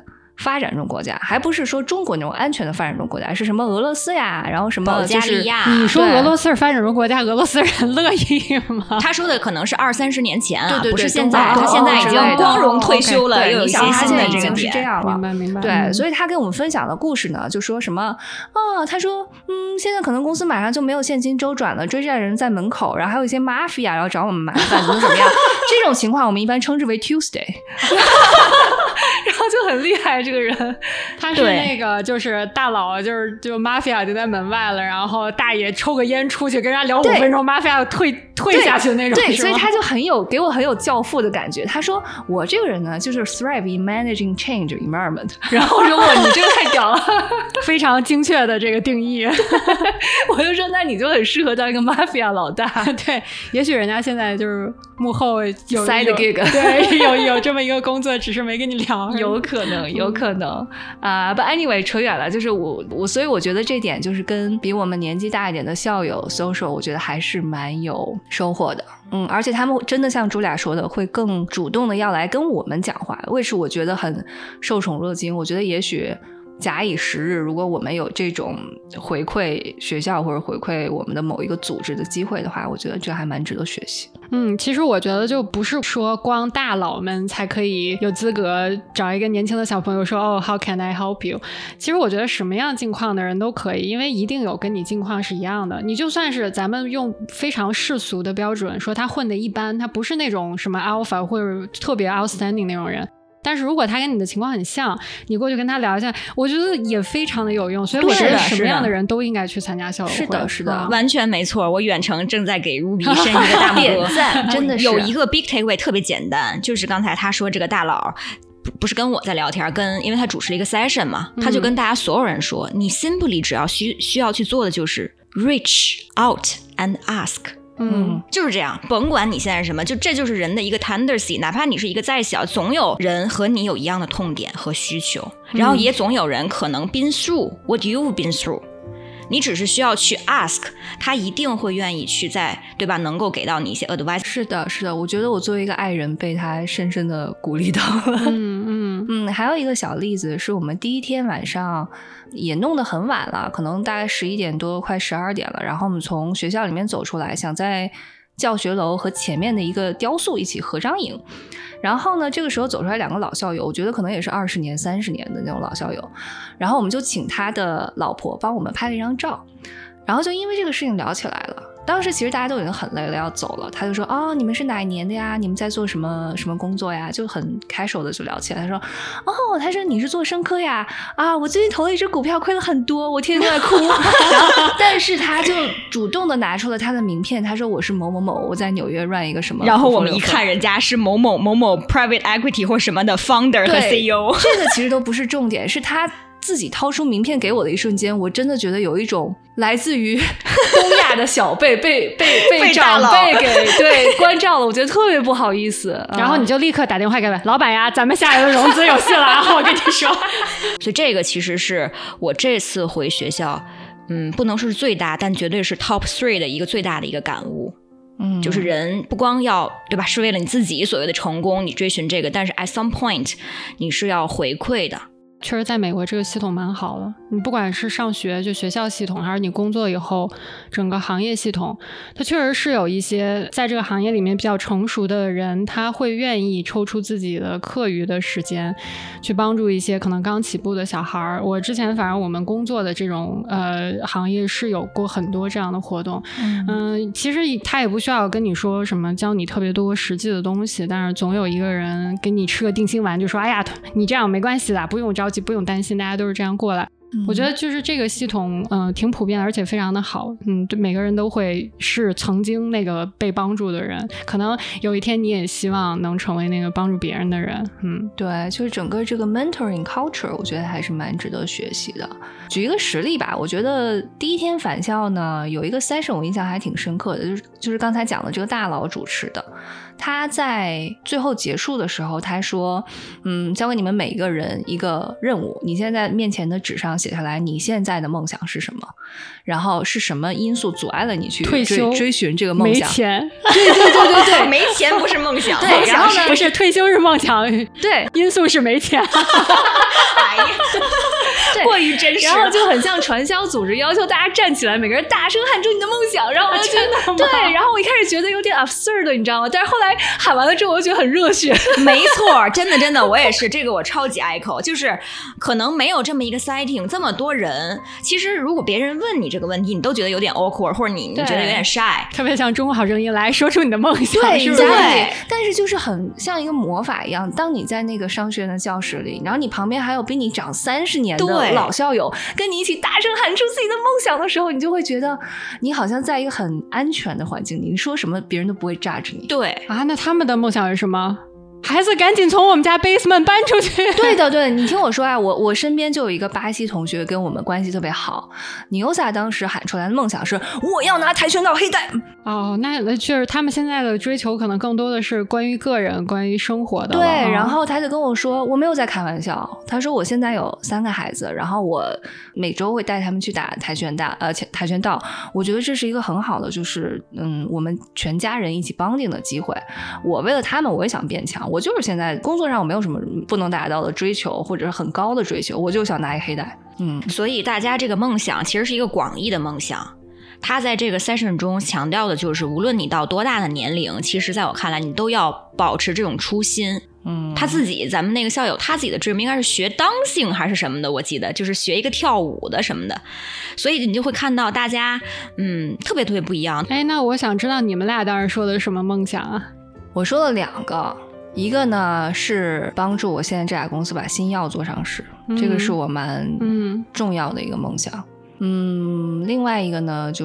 [SPEAKER 1] 发展中国家，还不是说中国那种安全的发展中国家，是什么俄罗斯呀，然后什么
[SPEAKER 3] 保加利亚。
[SPEAKER 2] 你说俄罗斯是发展中国家，俄罗斯人乐意吗？
[SPEAKER 3] 他说的可能是二三十年前啊，
[SPEAKER 1] 对对对，
[SPEAKER 3] 不是现在。他现在已经光荣退休了，又有一些新的这个点。
[SPEAKER 1] 是这样了，
[SPEAKER 2] 明白明白。
[SPEAKER 1] 对、
[SPEAKER 2] 嗯，
[SPEAKER 1] 所以他跟我们分享的故事呢，就说什么啊？他说，嗯，现在可能公司马上就没有现金周转了，追债人在门口，然后还有一些 mafia 然后找我们麻烦，怎么怎么样？这种情况我们一般称之为 Tuesday。然后就很厉害，这个人
[SPEAKER 2] 他是那个就是大佬，就是就 mafia 就在门外了，然后大爷抽个烟出去跟人家聊五分钟 ，mafia 退退下去那种。
[SPEAKER 1] 对，所以他就很有给我很有教父的感觉。他说我这个人呢，就是 thrive in managing change environment。然后说我你这个太屌了，
[SPEAKER 2] 非常精确的这个定义。
[SPEAKER 1] 我就说那你就很适合当一个 mafia 老大。
[SPEAKER 2] 对，也许人家现在就是幕后有
[SPEAKER 1] side gig，
[SPEAKER 2] 对，有有这么一个工作，只是没跟你聊。
[SPEAKER 1] 有可能，有可能啊。But anyway， 扯远了，就是我我，所以我觉得这点就是跟比我们年纪大一点的校友 social， 我觉得还是蛮有收获的。嗯，而且他们真的像朱俩说的，会更主动的要来跟我们讲话，为是我觉得很受宠若惊。我觉得也许假以时日，如果我们有这种回馈学校或者回馈我们的某一个组织的机会的话，我觉得这还蛮值得学习。
[SPEAKER 2] 嗯，其实我觉得就不是说光大佬们才可以有资格找一个年轻的小朋友说哦 how can I help you。 其实我觉得什么样境况的人都可以，因为一定有跟你境况是一样的。你就算是咱们用非常世俗的标准说他混得一般，他不是那种什么 alpha 或者特别 outstanding 那种人，但是如果他跟你的情况很像，你过去跟他聊一下，我觉得也非常的有用。所以我觉得什么样的人都应该去参加校友会。
[SPEAKER 1] 是的，是的，
[SPEAKER 3] 完全没错。我远程正在给 Ruby 伸一个大拇哥，
[SPEAKER 1] 真的是
[SPEAKER 3] 有一个 big takeaway 特别简单，就是刚才他说这个大佬不不是跟我在聊天，跟因为他主持了一个 session 嘛，他就跟大家所有人说，嗯、你 simply 只要需需要去做的就是 reach out and ask。
[SPEAKER 2] 嗯，
[SPEAKER 3] 就是这样，甭管你现在是什么，就这就是人的一个 tendency， 哪怕你是一个再小，总有人和你有一样的痛点和需求，然后也总有人可能 been through what you've been through， 你只是需要去 ask， 他一定会愿意去在，对吧，能够给到你一些 advice。
[SPEAKER 1] 是的，是的，我觉得我作为一个爱人被他深深的鼓励到了。
[SPEAKER 2] 嗯嗯
[SPEAKER 1] 嗯，还有一个小例子是我们第一天晚上也弄得很晚了，可能大概十一点多快十二点了，然后我们从学校里面走出来，想在教学楼和前面的一个雕塑一起合张影。然后呢，这个时候走出来两个老校友，我觉得可能也是二十年三十年的那种老校友，然后我们就请他的老婆帮我们拍了一张照，然后就因为这个事情聊起来了。当时其实大家都已经很累了要走了，他就说哦，你们是哪一年的呀？你们在做什么什么工作呀？就很 casual 的就聊起来。他说哦，他说你是做生科呀？啊，我最近投了一只股票亏了很多，我天天都在哭。然后但是他就主动的拿出了他的名片，他说我是某某某，我在纽约 run 一个什么。
[SPEAKER 3] 然后我们一看人家是某某某某 private equity 或什么的 founder 和 C E O。
[SPEAKER 1] 这个其实都不是重点，是他自己掏出名片给我的一瞬间，我真的觉得有一种来自于东亚的小辈被被被长辈给对关照了，我觉得特别不好意思。
[SPEAKER 2] 然后你就立刻打电话给他，老板呀，咱们下来的融资有戏了，然后我跟你说。
[SPEAKER 3] 所以这个其实是我这次回学校，嗯，不能说是最大，但绝对是 top three 的一个最大的一个感悟。嗯，就是人不光要对吧，是为了你自己所谓的成功，你追寻这个，但是 at some point 你是要回馈的。
[SPEAKER 2] 确实在美国这个系统蛮好的，你不管是上学就学校系统，还是你工作以后整个行业系统，它确实是有一些在这个行业里面比较成熟的人，他会愿意抽出自己的课余的时间去帮助一些可能刚起步的小孩。我之前反正我们工作的这种呃行业是有过很多这样的活动。嗯、呃，其实他也不需要跟你说什么教你特别多实际的东西，但是总有一个人给你吃个定心丸，就说哎呀你这样没关系的，不用着急不用担心，大家都是这样过来。嗯、我觉得就是这个系统嗯、呃、挺普遍的，而且非常的好。嗯，对，每个人都会是曾经那个被帮助的人，可能有一天你也希望能成为那个帮助别人的人。嗯，
[SPEAKER 1] 对，就是整个这个 mentoring culture 我觉得还是蛮值得学习的。举一个实例吧，我觉得第一天返校呢有一个 session 我印象还挺深刻的，就是就是刚才讲的这个大佬主持的，他在最后结束的时候他说嗯，交给你们每一个人一个任务，你现在在面前的纸上写下来你现在的梦想是什么，然后是什么因素阻碍了你去
[SPEAKER 2] 退休
[SPEAKER 1] 追, 追寻这个梦想。
[SPEAKER 2] 没钱。
[SPEAKER 1] 对对对对对，
[SPEAKER 3] 没钱不是梦想。
[SPEAKER 1] 对，然后呢
[SPEAKER 2] 不是退休是梦想，
[SPEAKER 1] 对，
[SPEAKER 2] 因素是没钱。
[SPEAKER 3] 哎
[SPEAKER 1] 然后就很像传销组织要求大家站起来，每个人大声喊出你的梦想，然后我就觉得对，然后我一开始觉得有点 absurd 你知道吗？但是后来喊完了之后我就觉得很热血。
[SPEAKER 3] 没错，真的真的我也是，这个我超级 echo， 就是可能没有这么一个 setting 这么多人，其实如果别人问你这个问题你都觉得有点 awkward， 或者你你觉得有点 shy，
[SPEAKER 2] 特别像中国好声音来说出你的梦想，
[SPEAKER 1] 对，
[SPEAKER 2] 是不是？
[SPEAKER 1] 对，但是就是很像一个魔法一样，当你在那个商学院的教室里，然后你旁边还有比你长三十年的老校友跟你一起大声喊出自己的梦想的时候，你就会觉得你好像在一个很安全的环境里，你说什么别人都不会炸着你。
[SPEAKER 3] 对
[SPEAKER 2] 啊，那他们的梦想是什么？孩子赶紧从我们家 basement 搬出去。
[SPEAKER 1] 对的对的，你听我说啊，我我身边就有一个巴西同学跟我们关系特别好，尼欧萨当时喊出来的梦想是我要拿跆拳道黑带。
[SPEAKER 2] 哦，那那确实他们现在的追求可能更多的是关于个人关于生活的。
[SPEAKER 1] 对、哦、然后他就跟我说，我没有在开玩笑，他说我现在有三个孩子，然后我每周会带他们去打跆拳道呃跆拳道，我觉得这是一个很好的就是嗯我们全家人一起bonding的机会，我为了他们我也想变强，我就是现在工作上我没有什么不能达到的追求或者是很高的追求，我就想拿一黑带。嗯，
[SPEAKER 3] 所以大家这个梦想其实是一个广义的梦想，他在这个 session 中强调的就是无论你到多大的年龄，其实在我看来你都要保持这种初心。
[SPEAKER 1] 嗯，
[SPEAKER 3] 他自己咱们那个校友他自己的 dream 应该是学当性还是什么的，我记得就是学一个跳舞的什么的，所以你就会看到大家嗯特别特别不一样。
[SPEAKER 2] 哎，那我想知道你们俩当时说的是什么梦想啊？
[SPEAKER 1] 我说了两个，一个呢是帮助我现在这家公司把新药做上市、嗯、这个是我蛮重要的一个梦想。嗯，另外一个呢就是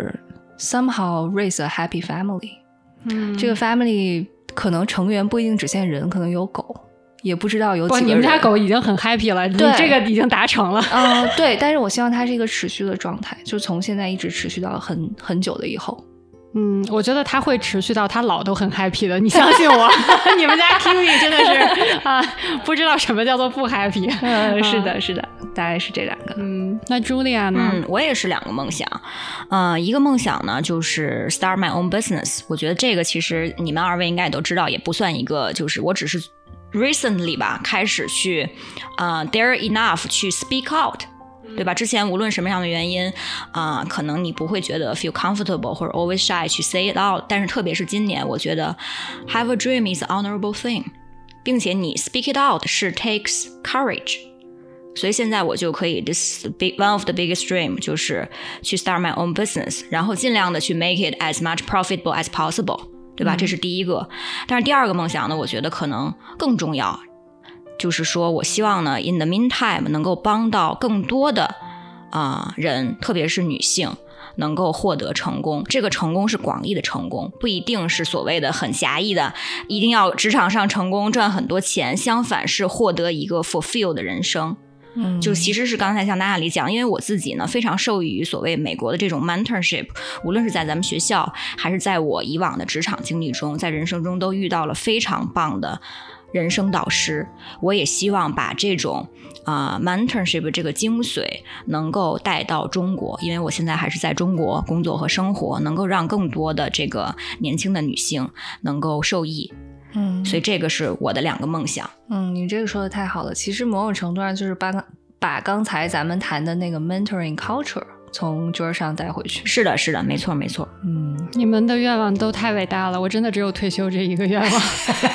[SPEAKER 1] somehow raise a happy family。 嗯，这个 family 可能成员不一定只限人，可能有狗，也不知道有几个人。
[SPEAKER 2] 你们家狗已经很 happy 了，你这个已经达成了。
[SPEAKER 1] 嗯、呃，对，但是我希望它是一个持续的状态，就从现在一直持续到很很久的以后。
[SPEAKER 2] 嗯，我觉得他会持续到他老都很 happy 的，你相信我。你们家 Kiwi 真的是啊，不知道什么叫做不 happy。
[SPEAKER 1] 嗯，是的，是的，大概是这两个。
[SPEAKER 2] 嗯，那 Julia 呢？
[SPEAKER 3] 嗯，我也是两个梦想。呃，一个梦想呢就是 start my own business。我觉得这个其实你们二位应该也都知道，也不算一个，就是我只是 recently 吧开始去呃 dare enough 去 speak out。对吧？之前无论什么样的原因啊、呃，可能你不会觉得 feel comfortable 或者 always shy 去 say it out， 但是特别是今年，我觉得 have a dream is an honorable thing， 并且你 speak it out 是 takes courage。所以现在我就可以 this big one of the biggest dream 就是去 start my own business， 然后尽量的去 make it as much profitable as possible， 对吧？嗯、这是第一个。但是第二个梦想呢，我觉得可能更重要。就是说我希望呢 in the meantime 能够帮到更多的啊、呃、人，特别是女性能够获得成功。这个成功是广义的成功，不一定是所谓的很狭义的一定要职场上成功赚很多钱，相反是获得一个 fulfill 的人生。嗯，就其实是刚才像娜娜里讲，因为我自己呢非常受益于所谓美国的这种 mentorship， 无论是在咱们学校还是在我以往的职场经历中，在人生中都遇到了非常棒的人生导师。我也希望把这种啊、呃、mentorship 这个精髓能够带到中国，因为我现在还是在中国工作和生活，能够让更多的这个年轻的女性能够受益。嗯，所以这个是我的两个梦想。
[SPEAKER 1] 嗯，你这个说的太好了。其实某种程度上就是把把刚才咱们谈的那个 mentoring culture 从桌上带回去。
[SPEAKER 3] 是的，是的，没错，没错。
[SPEAKER 2] 嗯，你们的愿望都太伟大了，我真的只有退休这一个愿望。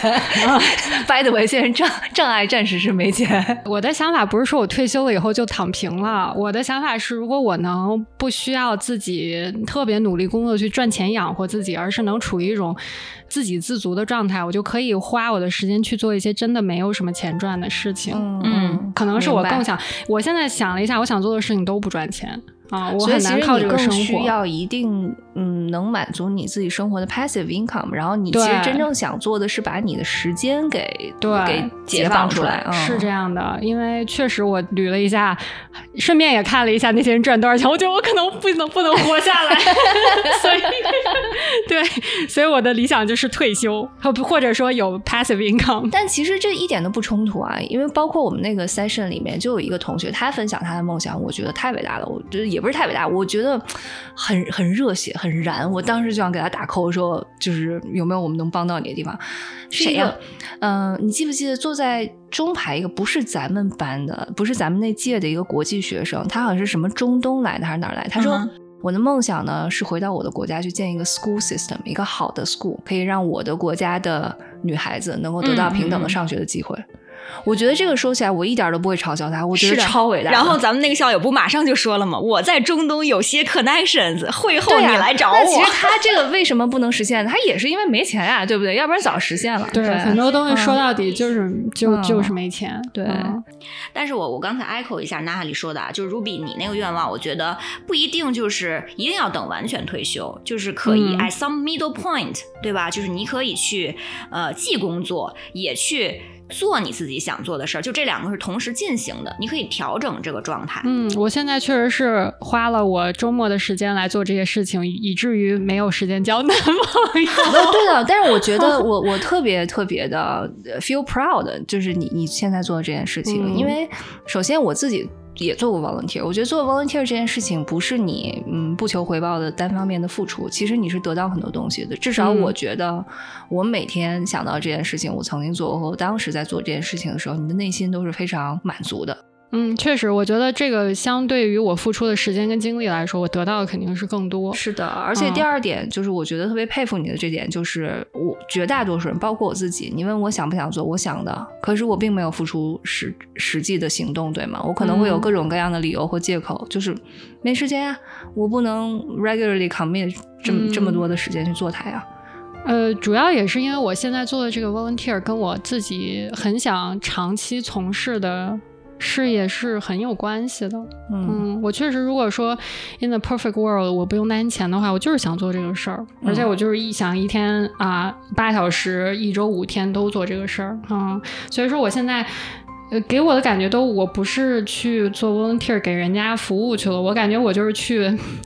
[SPEAKER 1] By the way， 现在障障碍暂时是没钱。
[SPEAKER 2] 我的想法不是说我退休了以后就躺平了，我的想法是，如果我能不需要自己特别努力工作去赚钱养活自己，而是能处于一种自给自足的状态，我就可以花我的时间去做一些真的没有什么钱赚的事情。
[SPEAKER 1] 嗯，
[SPEAKER 2] 嗯可能是我更想，我现在想了一下，我想做的事情都不赚钱啊，我很难靠这个生活。
[SPEAKER 1] 所以其实你更需要一定嗯能满足你自己生活的 passive income， 然后你其实真正想做的是把你的时间给
[SPEAKER 2] 对
[SPEAKER 1] 给解放出来。
[SPEAKER 2] 嗯、是这样的，因为确实我捋了一下，顺便也看了一下那些人赚多少钱，我觉得我可能不能不能活下来，所以对，所以我的理想就是退休，或者说有 passive income。
[SPEAKER 1] 但其实这一点都不冲突啊，因为包括我们那个 session 里面就有一个同学，他分享他的梦想，我觉得太伟大了，我觉得也也不是太伟大，我觉得很很热血很燃，我当时就想给他打 call 说就是有没有我们能帮到你的地方。是一个嗯、呃，你记不记得坐在中排一个不是咱们班的不是咱们那届的一个国际学生，他好像是什么中东来的还是哪儿来，他说、嗯我的梦想呢是回到我的国家去建一个 school system， 一个好的 school， 可以让我的国家的女孩子能够得到平等的上学的机会。嗯嗯我觉得这个说起来我一点都不会嘲笑他，我觉得超伟大。
[SPEAKER 3] 然后咱们那个校友不马上就说了吗？我在中东有些 connections， 会后你来找我。
[SPEAKER 1] 那其实他这个为什么不能实现？他也是因为没钱呀、啊，对不对？要不然早实现了。
[SPEAKER 2] 对，
[SPEAKER 1] 对
[SPEAKER 2] 很多东西说到底就是、嗯、就就是没钱。
[SPEAKER 1] 对、
[SPEAKER 2] 嗯，
[SPEAKER 3] 但是我我刚才 echo 一下娜塔莉说的啊，就是 Ruby 你那个愿望，我觉得不一定就是一定要等完全退休，就是可以 at some middle point，、嗯、对吧？就是你可以去呃既工作也去做你自己想做的事儿，就这两个是同时进行的，你可以调整这个状态。
[SPEAKER 2] 嗯，我现在确实是花了我周末的时间来做这些事情，以至于没有时间交男朋友。
[SPEAKER 1] 对的，但是我觉得我我特别特别的 feel proud， 就是你你现在做的这件事情、嗯，因为首先我自己也做过 volunteer， 我觉得做 volunteer 这件事情不是你嗯不求回报的单方面的付出，其实你是得到很多东西的。至少我觉得我每天想到这件事情，我曾经做过和当时在做这件事情的时候，你的内心都是非常满足的。
[SPEAKER 2] 嗯，确实，我觉得这个相对于我付出的时间跟精力来说，我得到的肯定是更多。
[SPEAKER 1] 是的，而且第二点、嗯、就是我觉得特别佩服你的这点，就是我绝大多数人，包括我自己，你问我想不想做，我想的，可是我并没有付出实实际的行动，对吗？我可能会有各种各样的理由或借口，嗯、就是没时间啊，我不能 regularly commit 这么、嗯、这么多的时间去做它呀。
[SPEAKER 2] 呃，主要也是因为我现在做的这个 volunteer 跟我自己很想长期从事的事业是很有关系的。 嗯, 嗯我确实如果说 in the perfect world 我不用担心钱的话，我就是想做这个事儿、嗯、而且我就是一想一天啊八小时一周五天都做这个事儿。嗯，所以说我现在呃，给我的感觉都我不是去做 volunteer 给人家服务去了，我感觉我就是去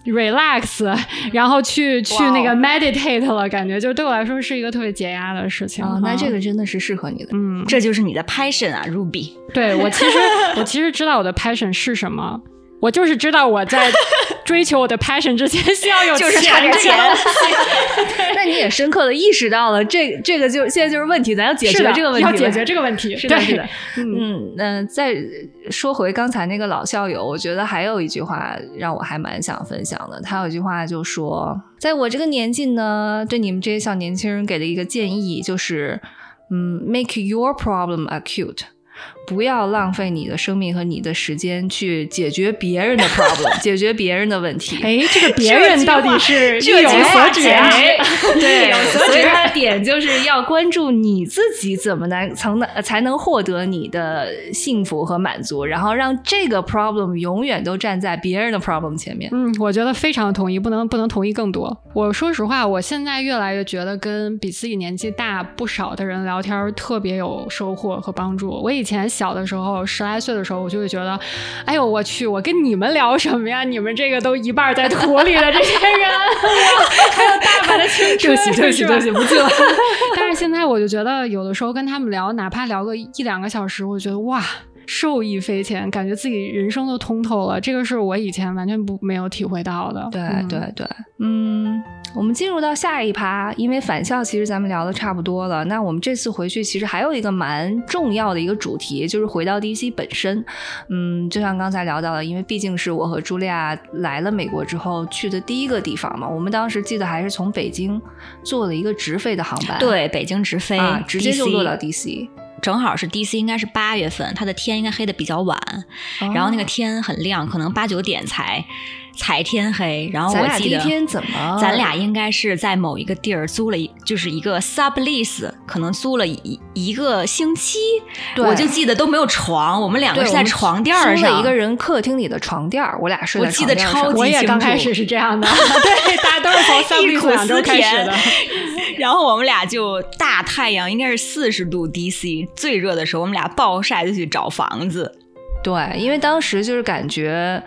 [SPEAKER 2] relax 然后去去那个 meditate 了，感觉就对我来说是一个特别解压的事情、
[SPEAKER 1] 哦、那这个真的是适合你的。
[SPEAKER 2] 嗯，
[SPEAKER 3] 这就是你的 passion 啊 Ruby。
[SPEAKER 2] 对，我其实我其实知道我的 passion 是什么，我就是知道我在追求我的 passion 之前需要有钱，
[SPEAKER 3] 就是差点钱。
[SPEAKER 1] 那你也深刻的意识到了这个这个就现在就是问题，咱要解决这个问题，
[SPEAKER 2] 要解决这个问题。
[SPEAKER 1] 是的，是的。嗯嗯、呃，再说回刚才那个老校友，我觉得还有一句话让我还蛮想分享的。他有一句话就说，在我这个年纪呢，对你们这些小年轻人给的一个建议就是，嗯 ，make your problem acute。不要浪费你的生命和你的时间去解决别人的 problem 解决别人的问题。
[SPEAKER 2] 哎，这个别人到底是意有所指啊？
[SPEAKER 1] 对，所以他的点就是要关注你自己怎么能才能才能获得你的幸福和满足，然后让这个 problem 永远都站在别人的 problem 前面。
[SPEAKER 2] 嗯，我觉得非常同意，不能不能同意更多。我说实话，我现在越来越觉得跟比自己年纪大不少的人聊天特别有收获和帮助。我以前小的时候十来岁的时候，我就会觉得哎呦我去，我跟你们聊什么呀，你们这个都一半在土里的这些人还有大把的青春。
[SPEAKER 1] 对不起对不起对不起，不记了。
[SPEAKER 2] 但是现在我就觉得有的时候跟他们聊，哪怕聊个一两个小时，我觉得哇受益匪浅，感觉自己人生都通透了，这个是我以前完全不没有体会到的。
[SPEAKER 1] 对对对。嗯，我们进入到下一趴，因为返校其实咱们聊的差不多了，那我们这次回去其实还有一个蛮重要的一个主题，就是回到 D C 本身。嗯，就像刚才聊到的，因为毕竟是我和茱莉亚来了美国之后去的第一个地方嘛，我们当时记得还是从北京坐了一个直飞的航班。
[SPEAKER 3] 对，北京直飞、
[SPEAKER 1] 啊、直接就落到 D C，
[SPEAKER 3] 正好是 D C 应该是八月份，它的天应该黑的比较晚、哦、然后那个天很亮，可能八九点才才天黑。然后我记得
[SPEAKER 1] 咱俩第一天怎么
[SPEAKER 3] 咱俩应该是在某一个地儿租了一就是一个 sublease， 可能租了一一个星期。我就记得都没有床，我们两个是在床垫上，
[SPEAKER 1] 租了一个人客厅里的床垫，我俩睡在床垫上。
[SPEAKER 3] 我记得超级清楚，
[SPEAKER 2] 我也刚开始是这样的。对，大家都是从 sublease 两周开始的。
[SPEAKER 3] 然后我们俩就大太阳应该是四十度 D C 最热的时候，我们俩暴晒就去找房子。
[SPEAKER 1] 对，因为当时就是感觉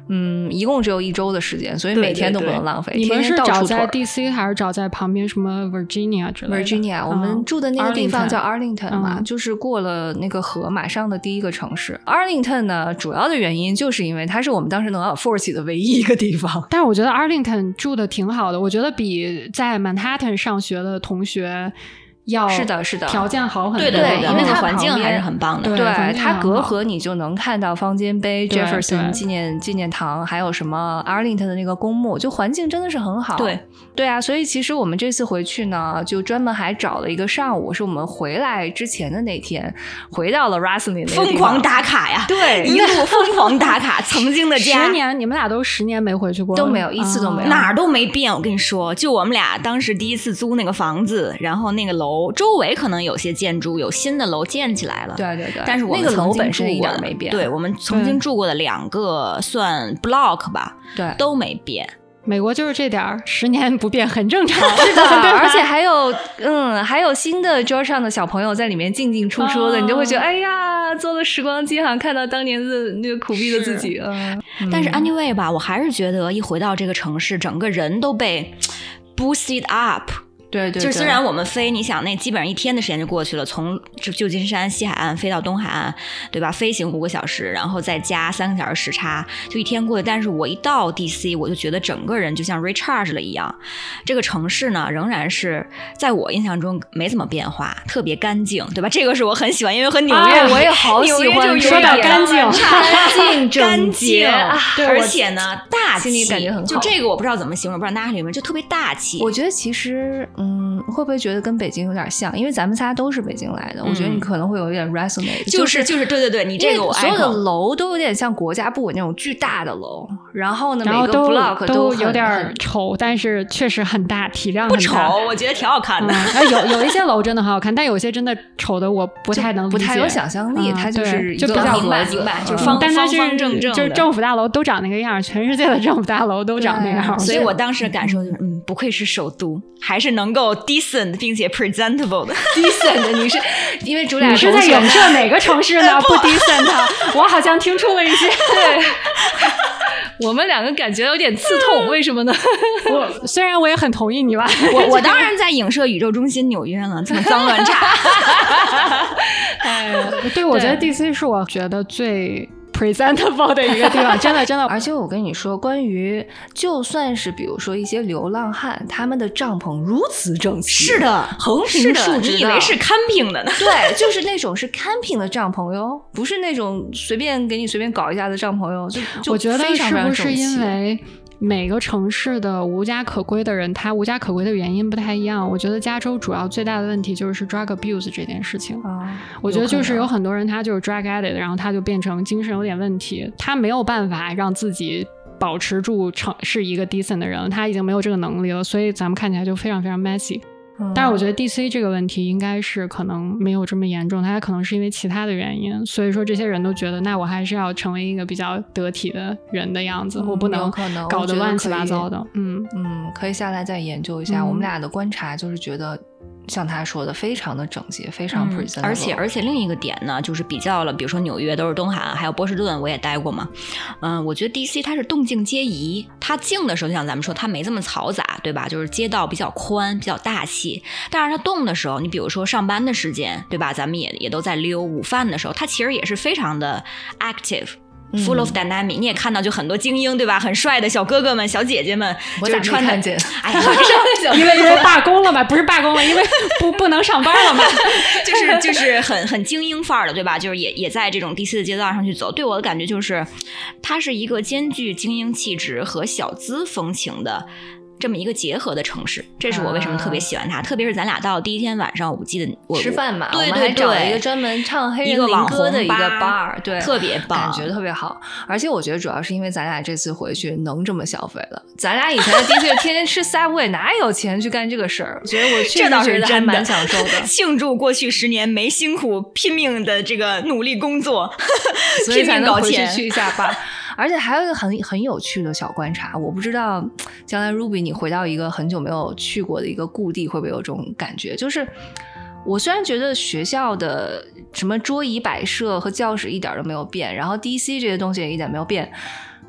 [SPEAKER 1] 嗯，一共只有一周的时间，所以每天都不能浪费。
[SPEAKER 2] 对对对，
[SPEAKER 1] 天天到处
[SPEAKER 2] 你们是找在 D C 还是找在旁边什么 Virginia 之类的
[SPEAKER 1] ？Virginia，、嗯、我们住的那个地方叫 Arlington 嘛，
[SPEAKER 2] 嗯、
[SPEAKER 1] 就是过了那个河马上的第一个城市。Arlington 呢，主要的原因就是因为它是我们当时能 afford 起的唯一一个地方。
[SPEAKER 2] 但是我觉得 Arlington 住的挺好的，我觉得比在 Manhattan 上学的同学要
[SPEAKER 1] 是的是的
[SPEAKER 2] 条件好很多，
[SPEAKER 3] 对对对，
[SPEAKER 1] 因为它
[SPEAKER 3] 环境还是很棒的。
[SPEAKER 2] 对，
[SPEAKER 1] 对它隔河你就能看到方尖碑 Jefferson 纪念纪念堂，还有什么 Arlington 的那个公墓，就环境真的是很好。
[SPEAKER 3] 对
[SPEAKER 1] 对啊，所以其实我们这次回去呢，就专门还找了一个上午，是我们回来之前的那天，回到了 Rosslyn
[SPEAKER 3] 疯狂打卡呀，
[SPEAKER 1] 对，
[SPEAKER 3] 一路疯狂打卡曾经的家。
[SPEAKER 2] 十年，你们俩都十年没回去过，
[SPEAKER 1] 都没有一次都没有，
[SPEAKER 3] 哪儿都没变。我跟你说，就我们俩当时第一次租那个房子，然后那个楼周围可能有些建筑，有新的楼建起来了。
[SPEAKER 1] 对对对，
[SPEAKER 3] 但是我们
[SPEAKER 1] 那个楼本
[SPEAKER 3] 身
[SPEAKER 1] 一点没变。
[SPEAKER 3] 对，我们曾经住过的两个算 block 吧，
[SPEAKER 1] 对，
[SPEAKER 3] 都没变。
[SPEAKER 2] 美国就是这点儿，十年不变很正常。
[SPEAKER 1] 是的，而且还有嗯，还有新的 Georgetown 的小朋友在里面进进出出的，哦、你就会觉得哎呀，坐了时光机，好像看到当年的那个苦逼的自己。嗯，
[SPEAKER 3] 但是 anyway 吧，我还是觉得一回到这个城市，整个人都被 boosted up。
[SPEAKER 1] 对 对, 对，
[SPEAKER 3] 就是虽然我们飞，你想那基本上一天的时间就过去了，从旧金山西海岸飞到东海岸，对吧？飞行五个小时，然后再加三个小时时差，就一天过去。但是我一到 D C， 我就觉得整个人就像 recharge 了一样。这个城市呢，仍然是在我印象中没怎么变化，特别干净，对吧？这个是我很喜欢，因为和纽约、
[SPEAKER 1] 啊、我也好喜欢
[SPEAKER 2] 说到干净、
[SPEAKER 1] 干净、整洁，
[SPEAKER 3] 对，而且呢，大气，
[SPEAKER 1] 感觉很好。
[SPEAKER 3] 就这个我不知道怎么形容，不知道哪里面就特别大气。
[SPEAKER 1] 我觉得其实。嗯，会不会觉得跟北京有点像？因为咱们仨都是北京来的，嗯、我觉得你可能会有一点 resonate，
[SPEAKER 3] 就是就是对对对，你这个我
[SPEAKER 1] 所有的楼都有点像国家部委那种巨大的楼，然后呢，
[SPEAKER 2] 然后
[SPEAKER 1] 每个 block
[SPEAKER 2] 都有点丑，但是确实很大，体量很大。
[SPEAKER 3] 不丑，我觉得挺好看的。
[SPEAKER 2] 嗯、有有一些楼真的很好看，但有些真的丑的我不太能理解，
[SPEAKER 1] 不太有想象力。嗯、它就是
[SPEAKER 2] 就比较
[SPEAKER 3] 明白明白，就是
[SPEAKER 2] 方
[SPEAKER 3] 方方正正，
[SPEAKER 2] 就是政府大楼都长那个样，全世界的政府大楼都长那样。
[SPEAKER 3] 所以我当时的感受就是，嗯，不愧是首都，还是能够 decent 并且 presentable 的
[SPEAKER 1] decent。你是因为主俩
[SPEAKER 2] 你是在影射哪个城市呢？不 decent， 我好像听出了一些。
[SPEAKER 1] 对。我们两个感觉有点刺痛，为什么呢？
[SPEAKER 2] 我虽然我也很同意你吧，
[SPEAKER 3] 我我当然在影射宇宙中心纽约了，这么脏乱差。
[SPEAKER 2] 哎，对，我觉得 D C 是我觉得最presentable 的一个地方，真的真的。
[SPEAKER 1] 而且我跟你说，关于就算是比如说一些流浪汉，他们的帐篷如此整齐，
[SPEAKER 3] 是的，
[SPEAKER 1] 横平竖直的，
[SPEAKER 3] 你以为是 camping 的呢？
[SPEAKER 1] 对，就是那种是 camping 的帐篷哟，不是那种随便给你随便搞一下的帐篷哟。就就
[SPEAKER 2] 我觉得
[SPEAKER 1] 非常非常整齐。
[SPEAKER 2] 是不是因为每个城市的无家可归的人，他无家可归的原因不太一样。我觉得加州主要最大的问题就是 drug abuse 这件事情。
[SPEAKER 1] 啊，
[SPEAKER 2] 我觉得就是有很多人他就是 drug addict， 然后他就变成精神有点问题，他没有办法让自己保持住成是一个 decent 的人，他已经没有这个能力了，所以咱们看起来就非常非常 messy。但是我觉得 D C 这个问题应该是可能没有这么严重，它可能是因为其他的原因，所以说这些人都觉得那我还是要成为一个比较得体的人的样子，
[SPEAKER 1] 嗯、
[SPEAKER 2] 我不能搞得乱七八糟的。
[SPEAKER 1] 嗯嗯，可以下来再研究一下。嗯、我们俩的观察就是觉得像他说的非常的整洁，非常 presentable、嗯、
[SPEAKER 3] 而且而且另一个点呢，就是比较了，比如说纽约都是东海岸，还有波士顿我也待过嘛。嗯，我觉得 D C 它是动静皆宜，它静的时候就像咱们说它没这么嘈杂，对吧？就是街道比较宽，比较大气。但是它动的时候，你比如说上班的时间，对吧？咱们也也都在溜，午饭的时候，它其实也是非常的 active。Full of dynamic，、嗯、你也看到就很多精英对吧？很帅的小哥哥们、小姐姐们，就是穿的，哎呀，
[SPEAKER 2] 因为因为罢工了嘛，不是罢工了，因为不不能上班了嘛，
[SPEAKER 3] 就是就是很很精英范儿的，对吧？就是也也在这种 D C 的街道上去走。对我的感觉就是，它是一个兼具精英气质和小资风情的。这么一个结合的城市，这是我为什么特别喜欢它。啊、特别是咱俩到第一天晚上，我记得我
[SPEAKER 1] 吃饭嘛，
[SPEAKER 3] 对对对，
[SPEAKER 1] 我们还找了一个专门唱黑人民歌的一个 bar， 对，
[SPEAKER 3] 特别棒，
[SPEAKER 1] 感觉特别好。而且我觉得主要是因为咱俩这次回去能这么消费了，咱俩以前的确天天吃 Subway， 哪有钱去干这个事儿？所以我确实觉得还蛮享受的，
[SPEAKER 3] 庆祝过去十年没辛苦拼命的这个努力工作，
[SPEAKER 1] 所以才能回去去一下吧。而且还有一个很很有趣的小观察，我不知道将来 Ruby 你回到一个很久没有去过的一个故地会不会有这种感觉，就是我虽然觉得学校的什么桌椅摆设和教室一点都没有变，然后 D C 这些东西也一点没有变，我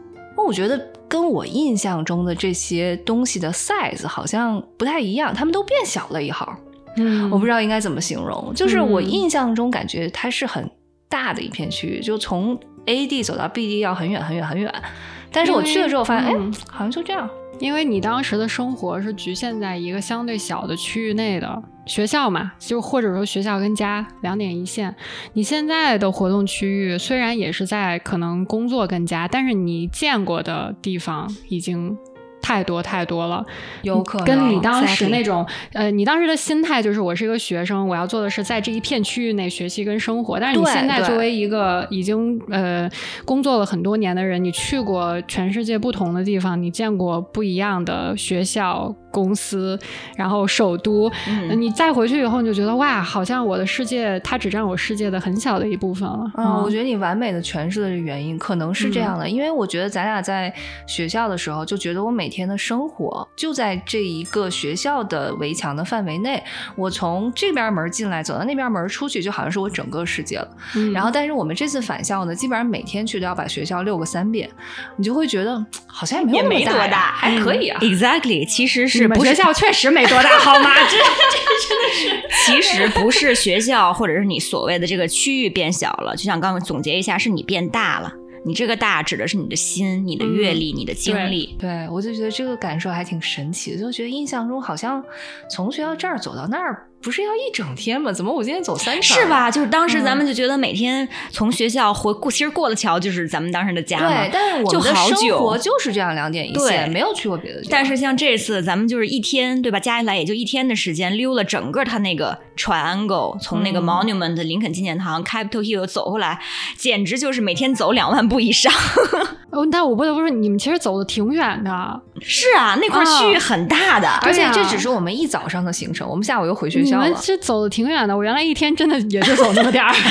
[SPEAKER 1] 我觉得跟我印象中的这些东西的 size 好像不太一样，它们都变小了一号。
[SPEAKER 2] 嗯，
[SPEAKER 1] 我不知道应该怎么形容，就是我印象中感觉它是很大的一片区域，就从 A 地走到 B 地要很远很远很远，但是我去了之后发现，哎、嗯，好像就这样。
[SPEAKER 2] 因为你当时的生活是局限在一个相对小的区域内的学校嘛，就或者说学校跟家两点一线。你现在的活动区域虽然也是在可能工作跟家，但是你见过的地方已经太多太多了，
[SPEAKER 1] 有可能
[SPEAKER 2] 跟你当时那种呃，你当时的心态就是我是一个学生，我要做的是在这一片区域内学习跟生活。但是你现在作为一个已经呃工作了很多年的人，你去过全世界不同的地方，你见过不一样的学校、公司，然后首都、嗯、你再回去以后你就觉得哇，好像我的世界它只占我世界的很小的一部分了。
[SPEAKER 1] 嗯，嗯我觉得你完美的诠释了这原因，可能是这样的、嗯、因为我觉得咱俩在学校的时候就觉得我每天的生活就在这一个学校的围墙的范围内，我从这边门进来走到那边门出去就好像是我整个世界了、嗯、然后但是我们这次返校呢，基本上每天去都要把学校溜个三遍，你就会觉得好像也没有那么大，
[SPEAKER 3] 也没多大，
[SPEAKER 1] 还可以啊、
[SPEAKER 3] 嗯、Exactly， 其实是
[SPEAKER 2] 你们学校确实没多大好吗？这这真的
[SPEAKER 3] 是其实不是学校或者是你所谓的这个区域变小了，就像刚刚总结一下，是你变大了。你这个大指的是你的心、你的阅历、嗯、你的经历。
[SPEAKER 1] 对，对我就觉得这个感受还挺神奇的，就觉得印象中好像从学校这儿走到那儿不是要一整天吗？怎么我今天走三圈？
[SPEAKER 3] 是吧？就是当时咱们就觉得每天从学校回过、嗯，其实过了桥就是咱们当时的家嘛。
[SPEAKER 1] 对，但是我们的生活就是这样两点一线，没有去过别的地方。
[SPEAKER 3] 但是像这次咱们就是一天，对吧？加起来也就一天的时间，溜了整个它那个 triangle， 从那个 monument、嗯、林肯纪念堂 Capitol Hill 走回来，简直就是每天走两万步以上。
[SPEAKER 2] 哦，但我不得不说，你们其实走的挺远的。
[SPEAKER 3] 是啊，那块区域很大的、哦，
[SPEAKER 1] 而且这只是我们一早上的行程，我们下午又回学校了。
[SPEAKER 2] 你们是走的挺远的，我原来一天真的也就走那么点儿。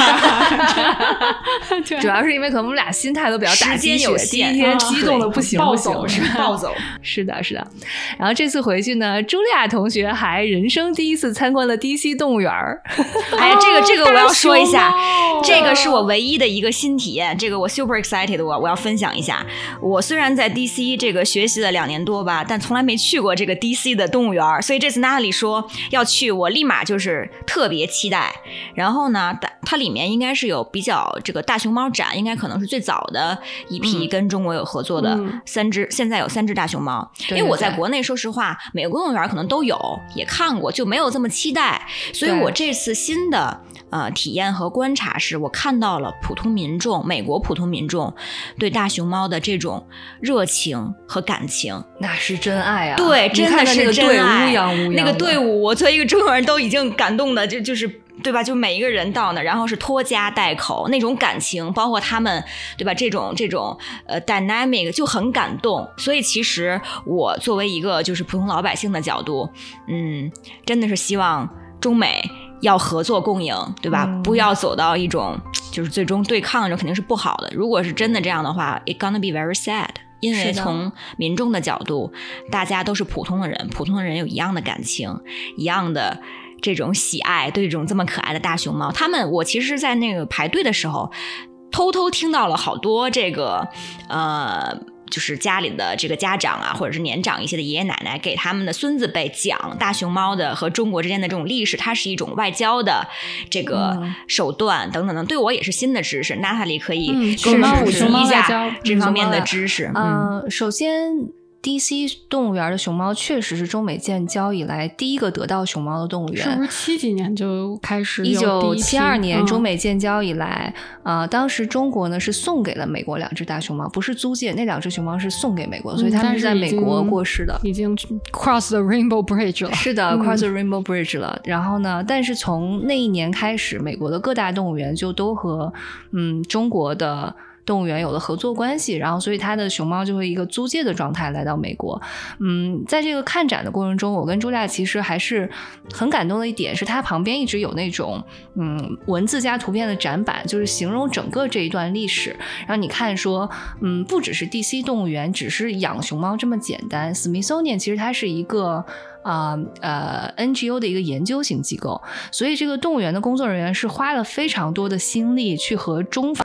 [SPEAKER 1] 主要是因为可能我们俩心态都比较打鸡血，第一天激动的不行不行，
[SPEAKER 2] 暴走是吧？
[SPEAKER 3] 暴走。
[SPEAKER 1] 是的，是的。然后这次回去呢，茱莉亚同学还人生第一次参观了 D C 动物园。
[SPEAKER 3] 哎，这个这个我要说一下，这个是我唯一的一个新体验，这个我 super excited， 我我要分享一下。我虽然在 D C 这个学习了两年多吧，但从来没去过这个 D C 的动物园，所以这次娜塔莉说要去，我立马就是特别期待。然后呢，它里面应该是有比较这个大熊猫展，应该可能是最早的一批跟中国有合作的三只、嗯、现在有三只大熊猫。
[SPEAKER 1] 对对对，
[SPEAKER 3] 因为我在国内说实话美国动物园可能都有也看过，就没有这么期待，所以我这次新的呃体验和观察是我看到了普通民众，美国普通民众对大熊猫的这种热情和感情，
[SPEAKER 1] 那是真爱啊！
[SPEAKER 3] 对，真的是真爱。
[SPEAKER 1] 乌泱乌泱
[SPEAKER 3] 那个队伍，我作为一个中国人都已经感动的，就就是对吧？就每一个人到那，然后是拖家带口那种感情，包括他们对吧？这种这种呃 dynamic 就很感动。所以其实我作为一个就是普通老百姓的角度，嗯，真的是希望中美要合作共赢，对吧、嗯、不要走到一种就是最终对抗，这肯定是不好的。如果是真的这样的话 it gonna be very sad， 因为从民众的角度大家都是普通的人，普通的人有一样的感情，一样的这种喜爱，对这种这么可爱的大熊猫。他们我其实在那个排队的时候偷偷听到了好多这个呃就是家里的这个家长啊，或者是年长一些的爷爷奶奶给他们的孙子辈讲大熊猫的和中国之间的这种历史，它是一种外交的这个手段等等等，对我也是新的知识。娜塔莉可以给我们普及一下这方面的知识。
[SPEAKER 1] 嗯，嗯首先D C 动物园的熊猫确实是中美建交以来第一个得到熊猫的动物园，
[SPEAKER 2] 是不是七几年就开始有？
[SPEAKER 1] 一九七二年中美建交以来，啊、嗯呃，当时中国呢是送给了美国两只大熊猫，不是租借，那两只熊猫是送给美国，所以他们是在美国过世的，
[SPEAKER 2] 嗯、已经 cross the rainbow bridge 了。
[SPEAKER 1] 是的、嗯、，cross the rainbow bridge 了。然后呢，但是从那一年开始，美国的各大动物园就都和嗯中国的动物园有了合作关系，然后所以它的熊猫就会一个租借的状态来到美国。嗯，在这个看展的过程中，我跟茱莉亚其实还是很感动的一点是，它旁边一直有那种嗯文字加图片的展板，就是形容整个这一段历史。然后你看说，嗯，不只是 D C 动物园只是养熊猫这么简单 ，Smithsonian 其实它是一个啊 呃, 呃 N G O 的一个研究型机构，所以这个动物园的工作人员是花了非常多的心力去和中方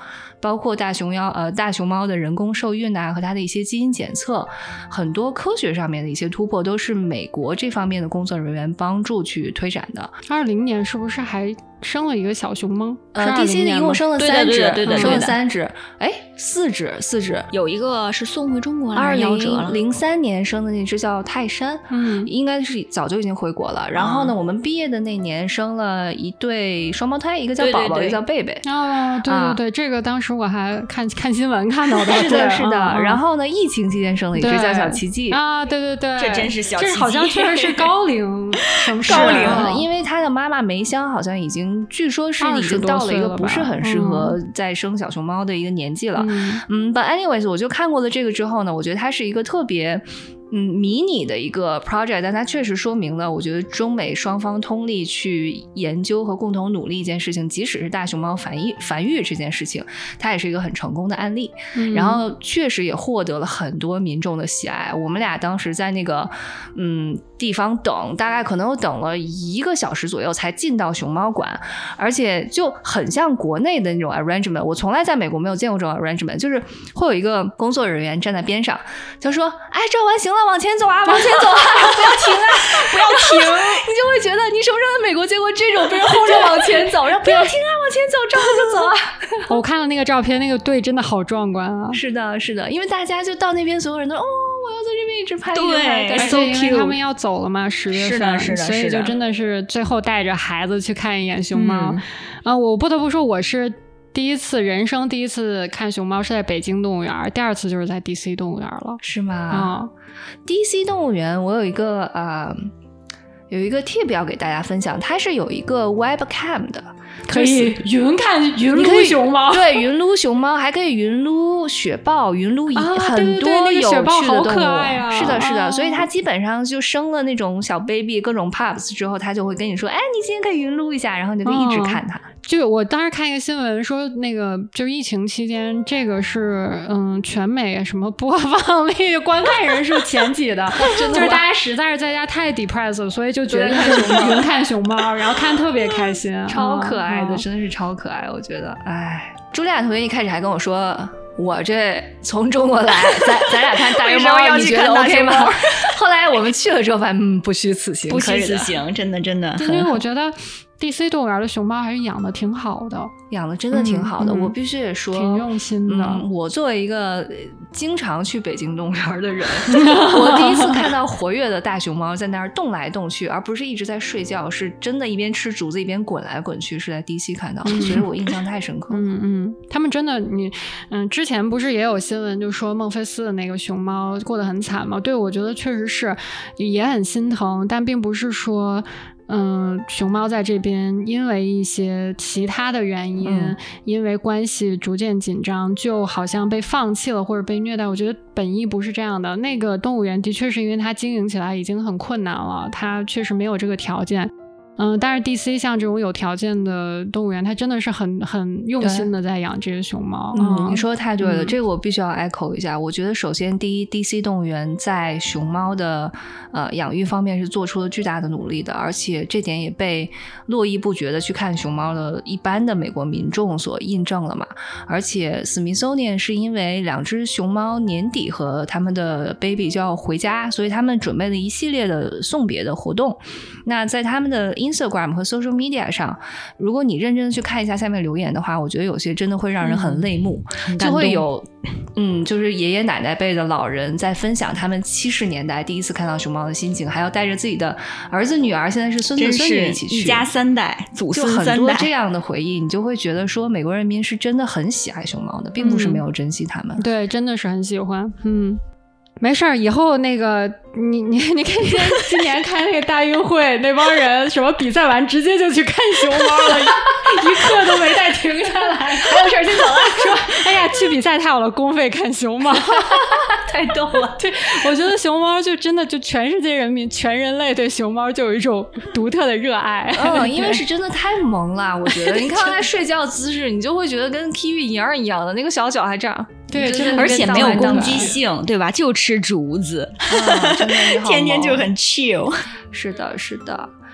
[SPEAKER 1] 包括大熊妖呃大熊猫的人工受孕啊，和它的一些基因检测，很多科学上面的一些突破都是美国这方面的工作人员帮助去推展的。
[SPEAKER 2] 二零年是不是还生了一个小熊猫？
[SPEAKER 1] 呃 ，D C 一共生了三只，
[SPEAKER 3] 对的，
[SPEAKER 1] 生了三只，哎，四只，四只，
[SPEAKER 3] 有一个是送回中国了，
[SPEAKER 1] 二零零三年生的那只叫泰山，
[SPEAKER 2] 嗯，
[SPEAKER 1] 应该是早就已经回国了。然后呢，嗯、我们毕业的那年生了一对双胞胎，一个叫宝宝，一个叫贝贝。
[SPEAKER 2] 哦，对对对，啊、这个当时我还看看新闻看到的，
[SPEAKER 1] 是的，是的。嗯、然后呢，疫情期间生了一只叫小奇迹
[SPEAKER 2] 啊，对对对，
[SPEAKER 3] 这真是小奇迹，
[SPEAKER 2] 这好像确实是高龄生
[SPEAKER 1] 高龄、啊，因为他的妈妈梅香好像已经，据说是已经到了一个不是很适合再生小熊猫的一个年纪了。嗯, 嗯 ，But anyways， 我就看过了这个之后呢，我觉得它是一个特别。嗯，迷你的一个 project， 但它确实说明了，我觉得中美双方通力去研究和共同努力一件事情，即使是大熊猫繁育繁育这件事情，它也是一个很成功的案例。嗯、然后确实也获得了很多民众的喜爱。我们俩当时在那个嗯地方等，大概可能有等了一个小时左右才进到熊猫馆，而且就很像国内的那种 arrangement。我从来在美国没有见过这种 arrangement， 就是会有一个工作人员站在边上，就说：“哎，照完行了。”往前走啊，往前走啊，不要停啊，不要停！你就会觉得你什么时候在美国见过这种被人轰着往前走，然后不要停啊，往前走，照着就走啊。
[SPEAKER 2] 我看了那个照片，那个队真的好壮观啊！
[SPEAKER 1] 是的，是的，因为大家就到那边，所有人都哦，我要在这边一直拍，
[SPEAKER 3] 对，
[SPEAKER 2] 而且因为他们要走了嘛，十月份，
[SPEAKER 3] 是的，是的，
[SPEAKER 2] 所以就真的是最后带着孩子去看一眼熊猫。嗯、啊，我不得不说，我是。第一次人生第一次看熊猫是在北京动物园，第二次就是在 D C 动物园了，
[SPEAKER 1] 是吗？
[SPEAKER 2] 嗯
[SPEAKER 1] ，D C 动物园我有一个呃有一个 tip 要给大家分享，它是有一个 webcam 的，
[SPEAKER 2] 可以云看云撸熊猫，
[SPEAKER 1] 对，云撸熊猫，还可以云撸雪豹，云撸
[SPEAKER 2] 啊，
[SPEAKER 1] 很多有趣的动物，
[SPEAKER 2] 好可爱啊！
[SPEAKER 1] 是的，是的，所以它基本上就生了那种小 baby 各种 pups 之后，它就会跟你说，哎，你今天可以云撸一下，然后你就可以一直看它。
[SPEAKER 2] 哦就我当时看一个新闻说，那个就是疫情期间，这个是嗯全美什么播放率、观看人数前几的，就是大家实在是在家太 depressed 了，所以就觉得云看熊猫，然后看特别开心，
[SPEAKER 1] 超可爱的，
[SPEAKER 2] 嗯、
[SPEAKER 1] 真的是超可爱，我觉得，哎，茱莉亚同学一开始还跟我说。我这从中国来，咱咱俩看大熊猫，你觉得 OK 吗？后来我们去了之后，发现嗯，不虚此行，
[SPEAKER 3] 不虚此行，真的真的。
[SPEAKER 2] 因为我觉得 D C 动物园的熊猫还是养的挺好的，
[SPEAKER 1] 养的真的挺好的。
[SPEAKER 2] 嗯、
[SPEAKER 1] 我必须也说，
[SPEAKER 2] 挺用心的、
[SPEAKER 1] 嗯。我作为一个经常去北京动物园的人，我第一次看到活跃的大熊猫在那儿动来动去，而不是一直在睡觉，是真的一边吃竹子一边滚来滚去，是在 D C 看到的，嗯、所以我印象太深刻。
[SPEAKER 2] 嗯嗯，他们真的，你嗯，之前不是也有新闻就说孟菲斯的那个熊猫过得很惨吗？对，我觉得确实是，也很心疼，但并不是说。嗯，熊猫在这边因为一些其他的原因、嗯、因为关系逐渐紧张就好像被放弃了或者被虐待，我觉得本意不是这样的。那个动物园的确是因为它经营起来已经很困难了，它确实没有这个条件。嗯，但是 D C 像这种有条件的动物园，它真的是很很用心的在养这些熊猫。
[SPEAKER 1] 嗯，嗯你说的太对了、嗯，这个我必须要 echo 一下。我觉得首先第一 ，D C 动物园在熊猫的呃养育方面是做出了巨大的努力的，而且这点也被络绎不绝的去看熊猫的一般的美国民众所印证了嘛。而且 Smithsonian 是因为两只熊猫年底和他们的 baby 就要回家，所以他们准备了一系列的送别的活动。那在他们的Instagram 和 social media 上，如果你认真的去看一下下面留言的话，我觉得有些真的会让人很泪目、嗯、就会有嗯，就是爷爷奶奶辈的老人在分享他们七十年代第一次看到熊猫的心情，还要带着自己的儿子女儿，现在是孙子孙女一起去，
[SPEAKER 3] 一家三代，祖孙三代，
[SPEAKER 1] 就很多这样的回忆，你就会觉得说美国人民是真的很喜爱熊猫的，并不是没有珍惜他们、
[SPEAKER 2] 嗯、对，真的是很喜欢。嗯，没事儿，以后那个你你你看今今年开那个大运会，那帮人什么比赛完直接就去看熊猫了，一一刻都没带停下来。
[SPEAKER 1] 还有事儿先走了，
[SPEAKER 2] 说哎呀去比赛太好了，公费看熊猫，
[SPEAKER 1] 太逗了。
[SPEAKER 2] 对，我觉得熊猫就真的就全世界人民全人类对熊猫就有一种独特的热爱。
[SPEAKER 1] 嗯，因为是真的太萌了，我觉得你看它睡觉姿势，你就会觉得跟 Kiwi 一样一样的，那个小脚还这样。
[SPEAKER 2] 对，
[SPEAKER 3] 而且没有攻击性，对吧？就吃竹子，
[SPEAKER 1] 啊、真的
[SPEAKER 3] 天天就很 chill。
[SPEAKER 1] 是的，是的。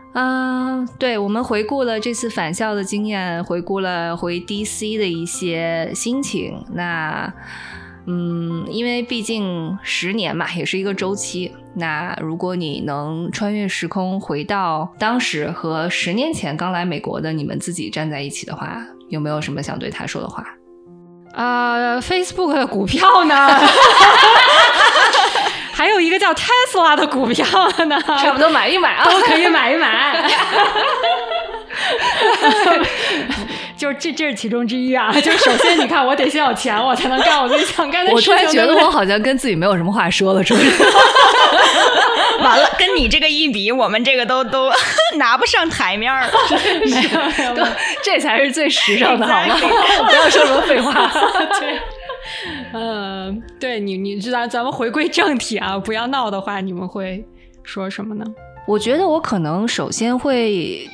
[SPEAKER 1] 嗯、呃，对，我们回顾了这次返校的经验，回顾了回 D C 的一些心情。那，嗯，因为毕竟十年嘛，也是一个周期。那如果你能穿越时空回到当时和十年前刚来美国的你们自己站在一起的话，有没有什么想对他说的话？
[SPEAKER 2] 呃 ，Facebook 的股票呢？还有一个叫 Tesla 的股票呢，
[SPEAKER 1] 差不多买一买啊，
[SPEAKER 2] 都可以买一买。就是这这是其中之一啊。就是首先你看，我得先有钱，我才能干我自己想干的事情。
[SPEAKER 1] 我突然觉得我好像跟自己没有什么话说了，是不是？
[SPEAKER 3] 完了，跟你这个一比，我们这个都都拿不上台面了。
[SPEAKER 2] 没有没有，
[SPEAKER 1] 这才是最时尚的，好吗？不要说什么废话。
[SPEAKER 2] 对。呃，对你，你知道，咱们回归正题啊，不要闹的话，你们会说什么呢？
[SPEAKER 1] 我觉得我可能首先会，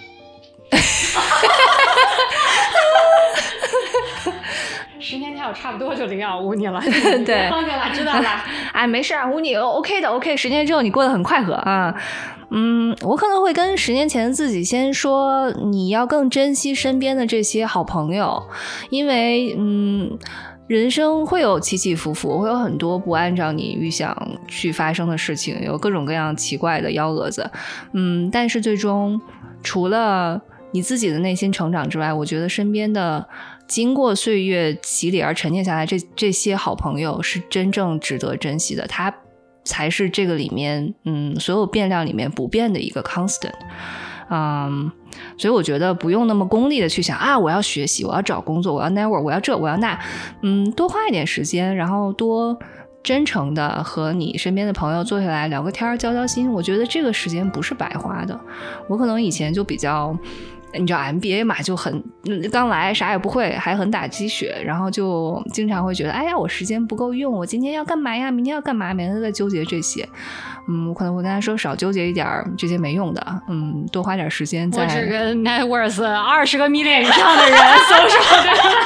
[SPEAKER 2] 十年前我差不多就领养污你了，
[SPEAKER 1] 对，
[SPEAKER 2] 放下了，知道了。
[SPEAKER 1] 哎，没事啊，污你 OK 的 ，OK。十年之后你过得很快乐啊。嗯，我可能会跟十年前的自己先说，你要更珍惜身边的这些好朋友，因为嗯。人生会有起起伏伏，会有很多不按照你预想去发生的事情，有各种各样奇怪的幺蛾子。嗯，但是最终除了你自己的内心成长之外，我觉得身边的经过岁月洗礼而沉淀下来这这些好朋友是真正值得珍惜的，他才是这个里面嗯所有变量里面不变的一个 constant。嗯，所以我觉得不用那么功利的去想啊，我要学习，我要找工作，我要 network， 我要这，我要那，嗯，多花一点时间，然后多真诚的和你身边的朋友坐下来聊个天，交交心。我觉得这个时间不是白花的。我可能以前就比较，你知道 M B A 嘛，就很刚来啥也不会，还很打鸡血，然后就经常会觉得，哎呀，我时间不够用，我今天要干嘛呀，明天要干嘛，每天都在纠结这些。嗯，我可能会跟他说少纠结一点这些没用的，嗯，多花点时间在。
[SPEAKER 2] 我只跟 net worth 二十个 million 以上的人搜索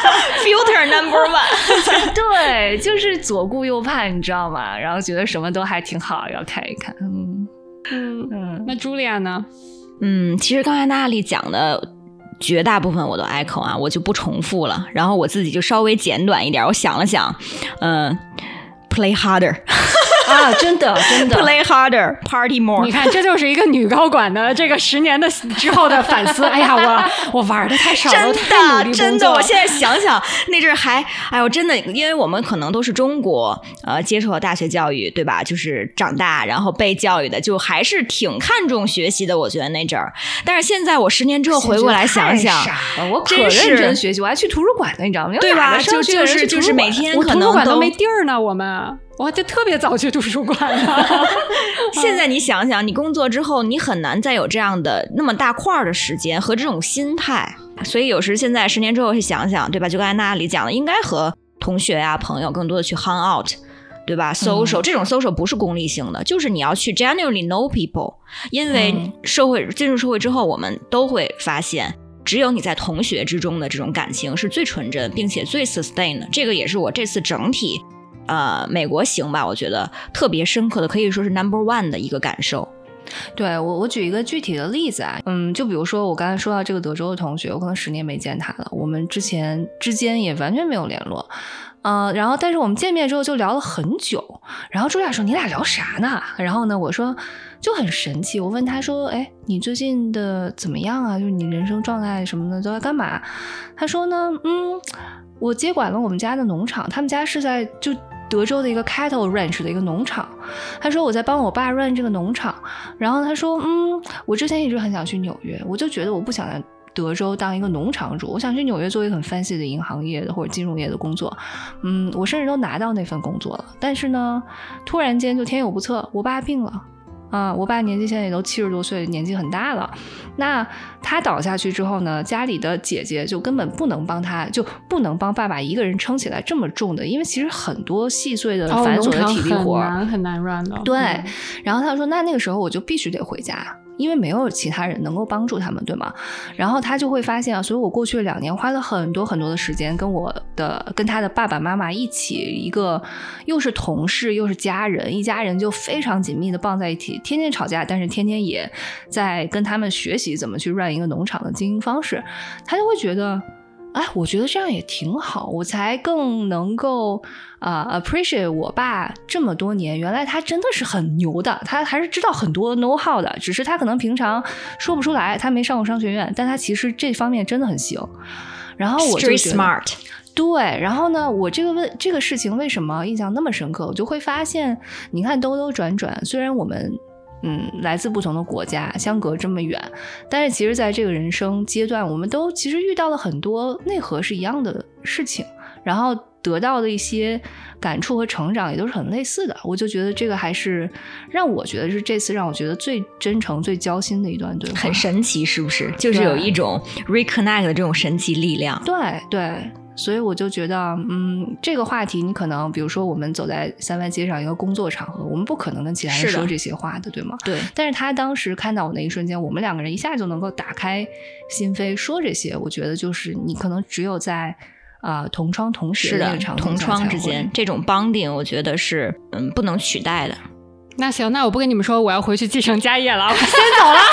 [SPEAKER 3] filter number one。
[SPEAKER 1] 对，就是左顾右盼，你知道吗？然后觉得什么都还挺好，要看一看。嗯
[SPEAKER 2] 嗯嗯。那 Julia 呢？
[SPEAKER 3] 嗯，其实刚才娜丽讲的绝大部分我都 echo 啊，我就不重复了。然后我自己就稍微简短一点，我想了想，嗯、呃、，play harder。
[SPEAKER 1] 啊，真的真的
[SPEAKER 3] ，play harder, party more。
[SPEAKER 2] 你看，这就是一个女高管的这个十年的之后的反思。哎呀，我我玩的太少了，
[SPEAKER 3] 真的真的，我现在想想那阵还，哎呦，真的，因为我们可能都是中国呃接受了大学教育，对吧？就是长大然后被教育的，就还是挺看重学习的。我觉得那阵儿，但是现在我十年之后回过来想想，
[SPEAKER 1] 我可认真学习，我还去图书馆呢，你知道吗？
[SPEAKER 3] 对吧？就就是就是每天可能
[SPEAKER 2] 图书馆都没地儿呢，我们。我就特别早去图书馆了。
[SPEAKER 3] 现在你想想，你工作之后，你很难再有这样的那么大块的时间和这种心态。所以有时现在十年之后会想想，对吧？就刚才娜里讲的，应该和同学啊、朋友更多的去 hang out， 对吧 ？social、嗯、这种 social 不是功利性的，就是你要去 genuinely know people。因为社会、嗯、进入社会之后，我们都会发现，只有你在同学之中的这种感情是最纯真，并且最 sustain 的。这个也是我这次整体。呃，美国行吧，我觉得特别深刻的，可以说是 number one 的一个感受。
[SPEAKER 1] 对，我我举一个具体的例子啊，嗯，就比如说我刚才说到这个德州的同学，我可能十年没见他了，我们之前之间也完全没有联络，呃，然后但是我们见面之后就聊了很久，然后朱亚说你俩聊啥呢？然后呢，我说就很神奇，我问他说，哎，你最近的怎么样啊？就是你人生状态什么的都在干嘛？他说呢，嗯，我接管了我们家的农场，他们家是在就。德州的一个 cattle ranch 的一个农场，他说我在帮我爸 run 这个农场，然后他说嗯，我之前一直很想去纽约，我就觉得我不想在德州当一个农场主，我想去纽约做一个很 fancy 的银行业的或者金融业的工作，嗯，我甚至都拿到那份工作了，但是呢突然间就天有不测，我爸病了啊、嗯，我爸年纪现在也都七十多岁，年纪很大了。那他倒下去之后呢，家里的姐姐就根本不能帮他，就不能帮爸爸一个人撑起来这么重的，因为其实很多细碎的繁琐的体力活、
[SPEAKER 2] 哦、很难很难 run 的。
[SPEAKER 1] 对，然后他说那那个时候我就必须得回家， 因为没有其他人能够帮助他们，对吗？然后他就会发现啊，所以我过去两年花了很多很多的时间跟我的跟他的爸爸妈妈一起，一个又是同事又是家人，一家人就非常紧密的绑在一起，天天吵架，但是天天也在跟他们学习怎么去 run 一个农场的经营方式。他就会觉得哎，我觉得这样也挺好，我才更能够啊、呃、appreciate 我爸这么多年，原来他真的是很牛的，他还是知道很多 know how 的，只是他可能平常说不出来，他没上过商学院，但他其实这方面真的很行。然后我就觉得
[SPEAKER 3] smart。
[SPEAKER 1] 对，然后呢，我这个问这个事情为什么印象那么深刻？我就会发现，你看兜兜转转，虽然我们嗯，来自不同的国家，相隔这么远，但是其实在这个人生阶段，我们都其实遇到了很多内核是一样的事情，然后得到的一些感触和成长也都是很类似的。我就觉得这个还是让我觉得是这次让我觉得最真诚最交心的一段对话，
[SPEAKER 3] 很神奇是不是？就是有一种 reconnect 的这种神奇力量。
[SPEAKER 1] 对对，所以我就觉得嗯，这个话题你可能比如说我们走在三湾街上一个工作场合，我们不可能跟其他人说这些话的，对吗？
[SPEAKER 3] 对。
[SPEAKER 1] 但是他当时看到我那一瞬间，我们两个人一下就能够打开心扉说这些，我觉得就是你可能只有在啊、呃、同窗同学的场
[SPEAKER 3] 同窗之间这种 bonding 我觉得是嗯不能取代的。
[SPEAKER 2] 那行，那我不跟你们说我要回去继承家业了，我先走了。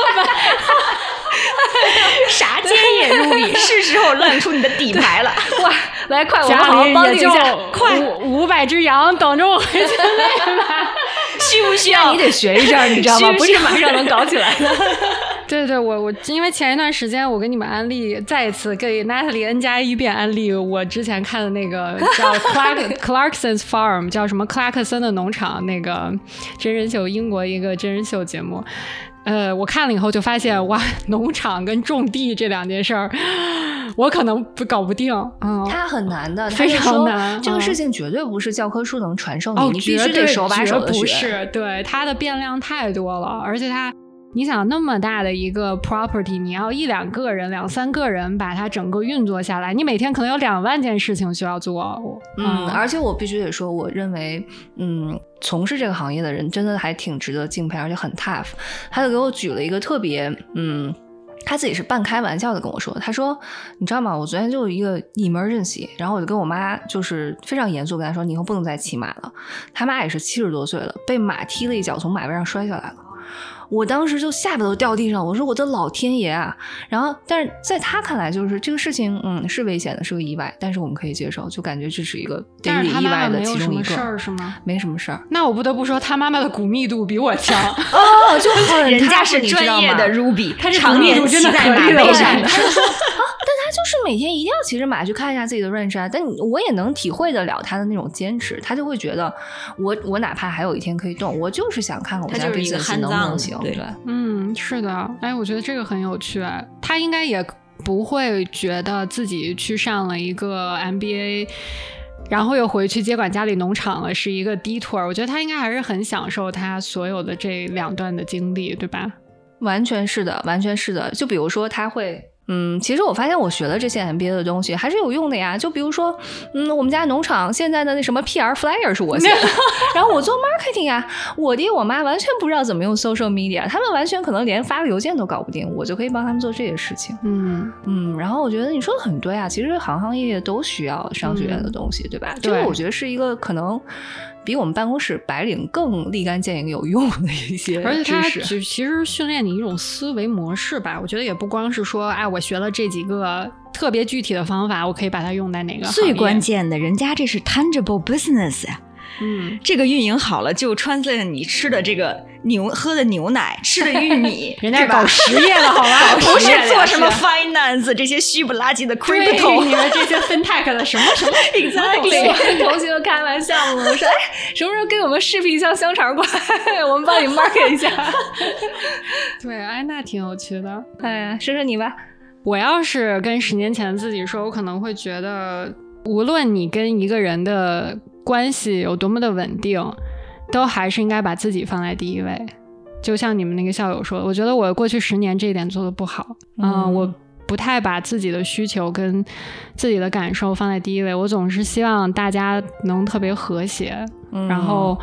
[SPEAKER 3] 啥接业入笔，是时候亮出你的底牌了。
[SPEAKER 1] 哇，来快，我们好好帮你一下，
[SPEAKER 2] 快五百只羊等着我回去喂吧。
[SPEAKER 3] 需不需要？
[SPEAKER 1] 你得学一阵，你知道吗？不是马上能搞起来的。
[SPEAKER 2] 对对，我我因为前一段时间我给你们安利，再一次给 Natalie N 加一遍安利我之前看的那个叫 Clark Clarkson's Farm， 叫什么克拉克森的农场，那个真人秀，英国一个真人秀节目。呃，我看了以后就发现，哇，农场跟种地这两件事儿，我可能不搞不定。嗯，
[SPEAKER 1] 它很难的，
[SPEAKER 2] 非常难。
[SPEAKER 1] 这个事情绝对不是教科书能传授你，
[SPEAKER 2] 哦、
[SPEAKER 1] 你必须得手把手的学。
[SPEAKER 2] 不是，对，它的变量太多了，而且它。你想那么大的一个 property， 你要一两个人两三个人把它整个运作下来，你每天可能有两万件事情需要做。
[SPEAKER 1] 嗯，而且我必须得说，我认为嗯从事这个行业的人真的还挺值得敬佩，而且很 tough。 他就给我举了一个特别嗯他自己是半开玩笑的跟我说，他说你知道吗，我昨天就有一个 emergency， 然后我就跟我妈就是非常严肃跟她说，你以后不能再骑马了。他妈也是七十多岁了，被马踢了一脚从马背上摔下来了。我当时就下巴都掉地上，我说我的老天爷啊！然后，但是在他看来，就是这个事情，嗯，是危险的，是个意外，但是我们可以接受，就感觉这是一个 daily 意外的其中一个。但是他妈妈没有什么事
[SPEAKER 2] 儿是吗？
[SPEAKER 1] 没什么事儿。
[SPEAKER 2] 那我不得不说，他妈妈的骨密度比我强
[SPEAKER 1] 哦，就很
[SPEAKER 3] 人家是专业的 Ruby，
[SPEAKER 2] 他
[SPEAKER 3] 常年骑在马背上的。
[SPEAKER 1] 他就是每天一定要骑着马去看一下自己的 ranch 啊，但我也能体会得了他的那种坚持，他就会觉得我我哪怕还有一天可以动，我就是想看看我家 business 能不能行。对，
[SPEAKER 2] 嗯，是的，哎，我觉得这个很有趣。他应该也不会觉得自己去上了一个 M B A， 然后又回去接管家里农场了，是一个 detour。我觉得他应该还是很享受他所有的这两段的经历，对吧？
[SPEAKER 1] 完全是的，完全是的。就比如说他会嗯，其实我发现我学了这些 M B A 的东西还是有用的呀。就比如说，嗯，我们家农场现在的那什么 P R flyer 是我写的，然后我做 marketing 啊，我爹我妈完全不知道怎么用 social media， 他们完全可能连发个邮件都搞不定，我就可以帮他们做这些事情。
[SPEAKER 2] 嗯
[SPEAKER 1] 嗯，然后我觉得你说的很对啊，其实行行业业都需要商学院的东西，嗯、对吧？这个我觉得是一个可能比我们办公室白领更立竿见影有用的一些知识，
[SPEAKER 2] 而且它其实训练你一种思维模式吧。我觉得也不光是说，哎，我学了这几个特别具体的方法，我可以把它用在哪个行业。
[SPEAKER 3] 最关键的，人家这是 tangible business 呀。
[SPEAKER 2] 嗯，
[SPEAKER 3] 这个运营好了，就translate你吃的这个牛喝的牛奶，吃的玉米，
[SPEAKER 2] 人家搞实业的好吧？
[SPEAKER 3] 不是做什么 finance 这些虚不拉几的 crypto，
[SPEAKER 2] 你们这些 fintech 的什么什么
[SPEAKER 3] exactly。
[SPEAKER 1] 我跟同学开玩笑嘛，我说哎，什么时候给我们视频一箱香肠过来，我们帮你 market 一下。
[SPEAKER 2] 对，哎，那挺有趣的。
[SPEAKER 1] 哎呀，说说你吧。
[SPEAKER 2] 我要是跟十年前自己说，我可能会觉得，无论你跟一个人的关系有多么的稳定，都还是应该把自己放在第一位。就像你们那个校友说的，我觉得我过去十年这一点做得不好。嗯、呃，我不太把自己的需求跟自己的感受放在第一位，我总是希望大家能特别和谐，嗯、然后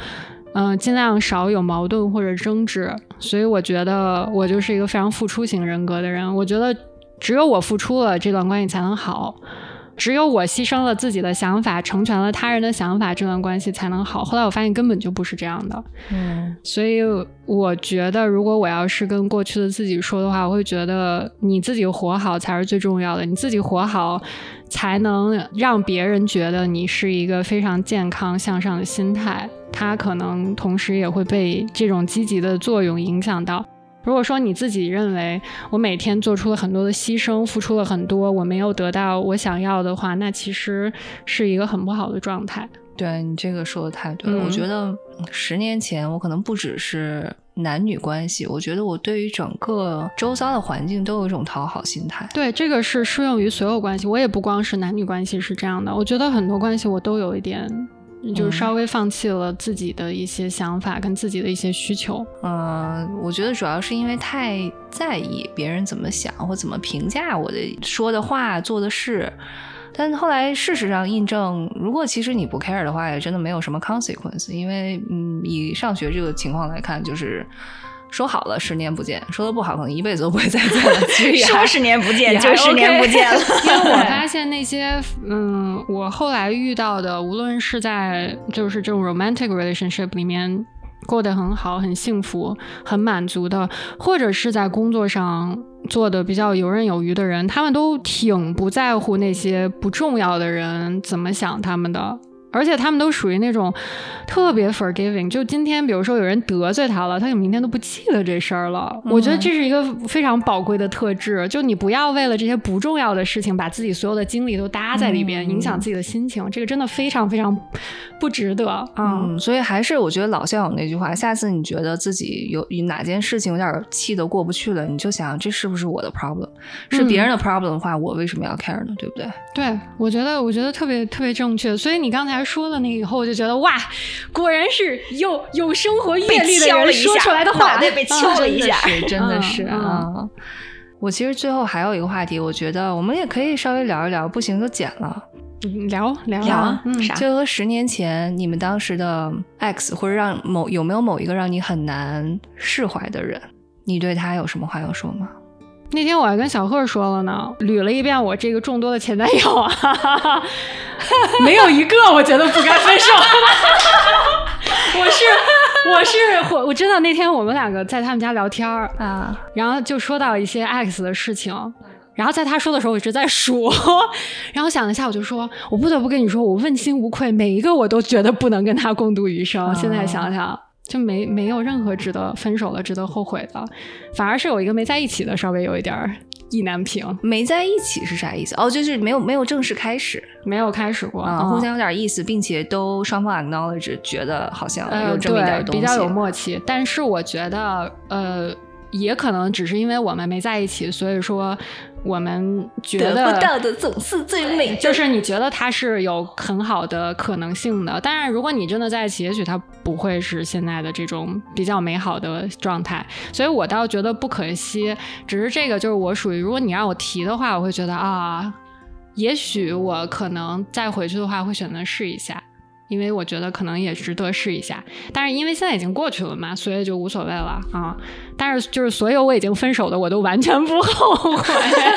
[SPEAKER 2] 嗯、呃，尽量少有矛盾或者争执。所以我觉得我就是一个非常付出型人格的人，我觉得只有我付出了，这段关系才能好。只有我牺牲了自己的想法，成全了他人的想法，这段关系才能好。后来我发现根本就不是这样的。
[SPEAKER 1] 嗯，
[SPEAKER 2] 所以我觉得如果我要是跟过去的自己说的话，我会觉得你自己活好才是最重要的，你自己活好才能让别人觉得你是一个非常健康向上的心态，他可能同时也会被这种积极的作用影响到。如果说你自己认为我每天做出了很多的牺牲，付出了很多，我没有得到我想要的话，那其实是一个很不好的状态。
[SPEAKER 1] 对，你这个说的太对了、嗯、我觉得十年前我可能不只是男女关系，我觉得我对于整个周遭的环境都有一种讨好心态。
[SPEAKER 2] 对，这个是适用于所有关系，我也不光是男女关系是这样的，我觉得很多关系我都有一点就是稍微放弃了自己的一些想法跟自己的一些需求。
[SPEAKER 1] 嗯、呃，我觉得主要是因为太在意别人怎么想或怎么评价我的说的话做的事，但后来事实上印证，如果其实你不 care 的话，也真的没有什么 consequence。因为嗯，以上学这个情况来看，就是说好了十年不见，说的不好可能一辈子都不会再见了。
[SPEAKER 3] 说十年不见就十年不见了。
[SPEAKER 2] 因为我发现那些嗯，我后来遇到的，无论是在就是这种 romantic relationship 里面过得很好很幸福很满足的，或者是在工作上做的比较游刃有余的人，他们都挺不在乎那些不重要的人怎么想他们的，而且他们都属于那种特别 forgiving， 就今天比如说有人得罪他了，他就明天都不记得这事儿了、嗯、我觉得这是一个非常宝贵的特质，就你不要为了这些不重要的事情把自己所有的精力都搭在里边、嗯、影响自己的心情，这个真的非常非常不值得。
[SPEAKER 1] 嗯, 嗯，所以还是我觉得老校友那句话，下次你觉得自己有哪件事情有点气得过不去了，你就想这是不是我的 problem， 是别人的 problem 的话、嗯、我为什么要 care 呢，对不对？
[SPEAKER 2] 对，我觉得我觉得特别特别正确。所以你刚才说了那个以后，我就觉得哇，果然是有有生活阅历的人说出来的话，
[SPEAKER 3] 脑袋被敲了一下，
[SPEAKER 1] 嗯、真的是、嗯、啊、嗯！我其实最后还有一个话题，我觉得我们也可以稍微聊一聊，不行就剪了。
[SPEAKER 2] 聊聊
[SPEAKER 1] 聊、
[SPEAKER 2] 嗯、
[SPEAKER 1] 啥？就和十年前你们当时的 X， 或者让某有没有某一个让你很难释怀的人，你对他有什么话要说吗？
[SPEAKER 2] 那天我还跟小贺说了呢，捋了一遍我这个众多的前男友啊，没有一个我觉得不该分手。我是我是我我真的那天我们两个在他们家聊天啊，然后就说到一些 X 的事情，然后在他说的时候我一直在数，然后想了一下我就说，我不得不跟你说，我问心无愧，每一个我都觉得不能跟他共度余生、哦、现在想想就没没有任何值得分手了值得后悔的，反而是有一个没在一起的稍微有一点意难平。
[SPEAKER 1] 没在一起是啥意思？哦，就是没有没有正式开始，
[SPEAKER 2] 没有开始过、
[SPEAKER 1] 嗯、互相有点意思，并且都双方 acknowledge 觉得好像有这么一点东西、
[SPEAKER 2] 呃、比较有默契。但是我觉得呃也可能只是因为我们没在一起，所以说我们觉得
[SPEAKER 1] 得不到的总是最美，
[SPEAKER 2] 就是你觉得他是有很好的可能性的，当然如果你真的在一起，也许他不会是现在的这种比较美好的状态，所以我倒觉得不可惜。只是这个就是我属于，如果你让我提的话，我会觉得啊，也许我可能再回去的话会选择试一下，因为我觉得可能也值得试一下，但是因为现在已经过去了嘛，所以就无所谓了啊。但是就是所有我已经分手的我都完全不后悔。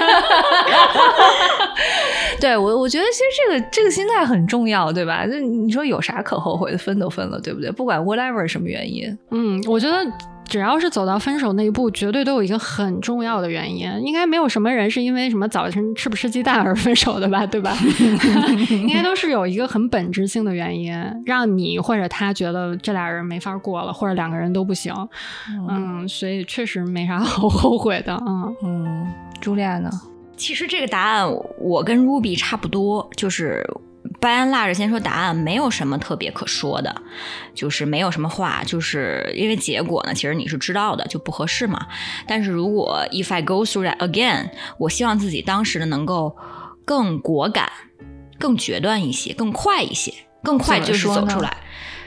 [SPEAKER 1] 对，我我觉得其实这个这个心态很重要，对吧？就你说有啥可后悔的，分都分了，对不对？不管 whatever 什么原因。嗯，
[SPEAKER 2] 我觉得只要是走到分手那一步，绝对都有一个很重要的原因，应该没有什么人是因为什么早晨吃不吃鸡蛋而分手的吧，对吧？应该都是有一个很本质性的原因，让你或者他觉得这俩人没法过了，或者两个人都不行。嗯, 嗯，所以确实没啥好后悔的。嗯
[SPEAKER 1] 嗯，茱莉亚呢？
[SPEAKER 3] 其实这个答案我跟 Ruby 差不多，就是白安辣着先说答案，没有什么特别可说的，就是没有什么话，就是因为结果呢其实你是知道的，就不合适嘛。但是如果 if I go through that again， 我希望自己当时的能够更果敢更决断一些，更快一些，更快就是走出来。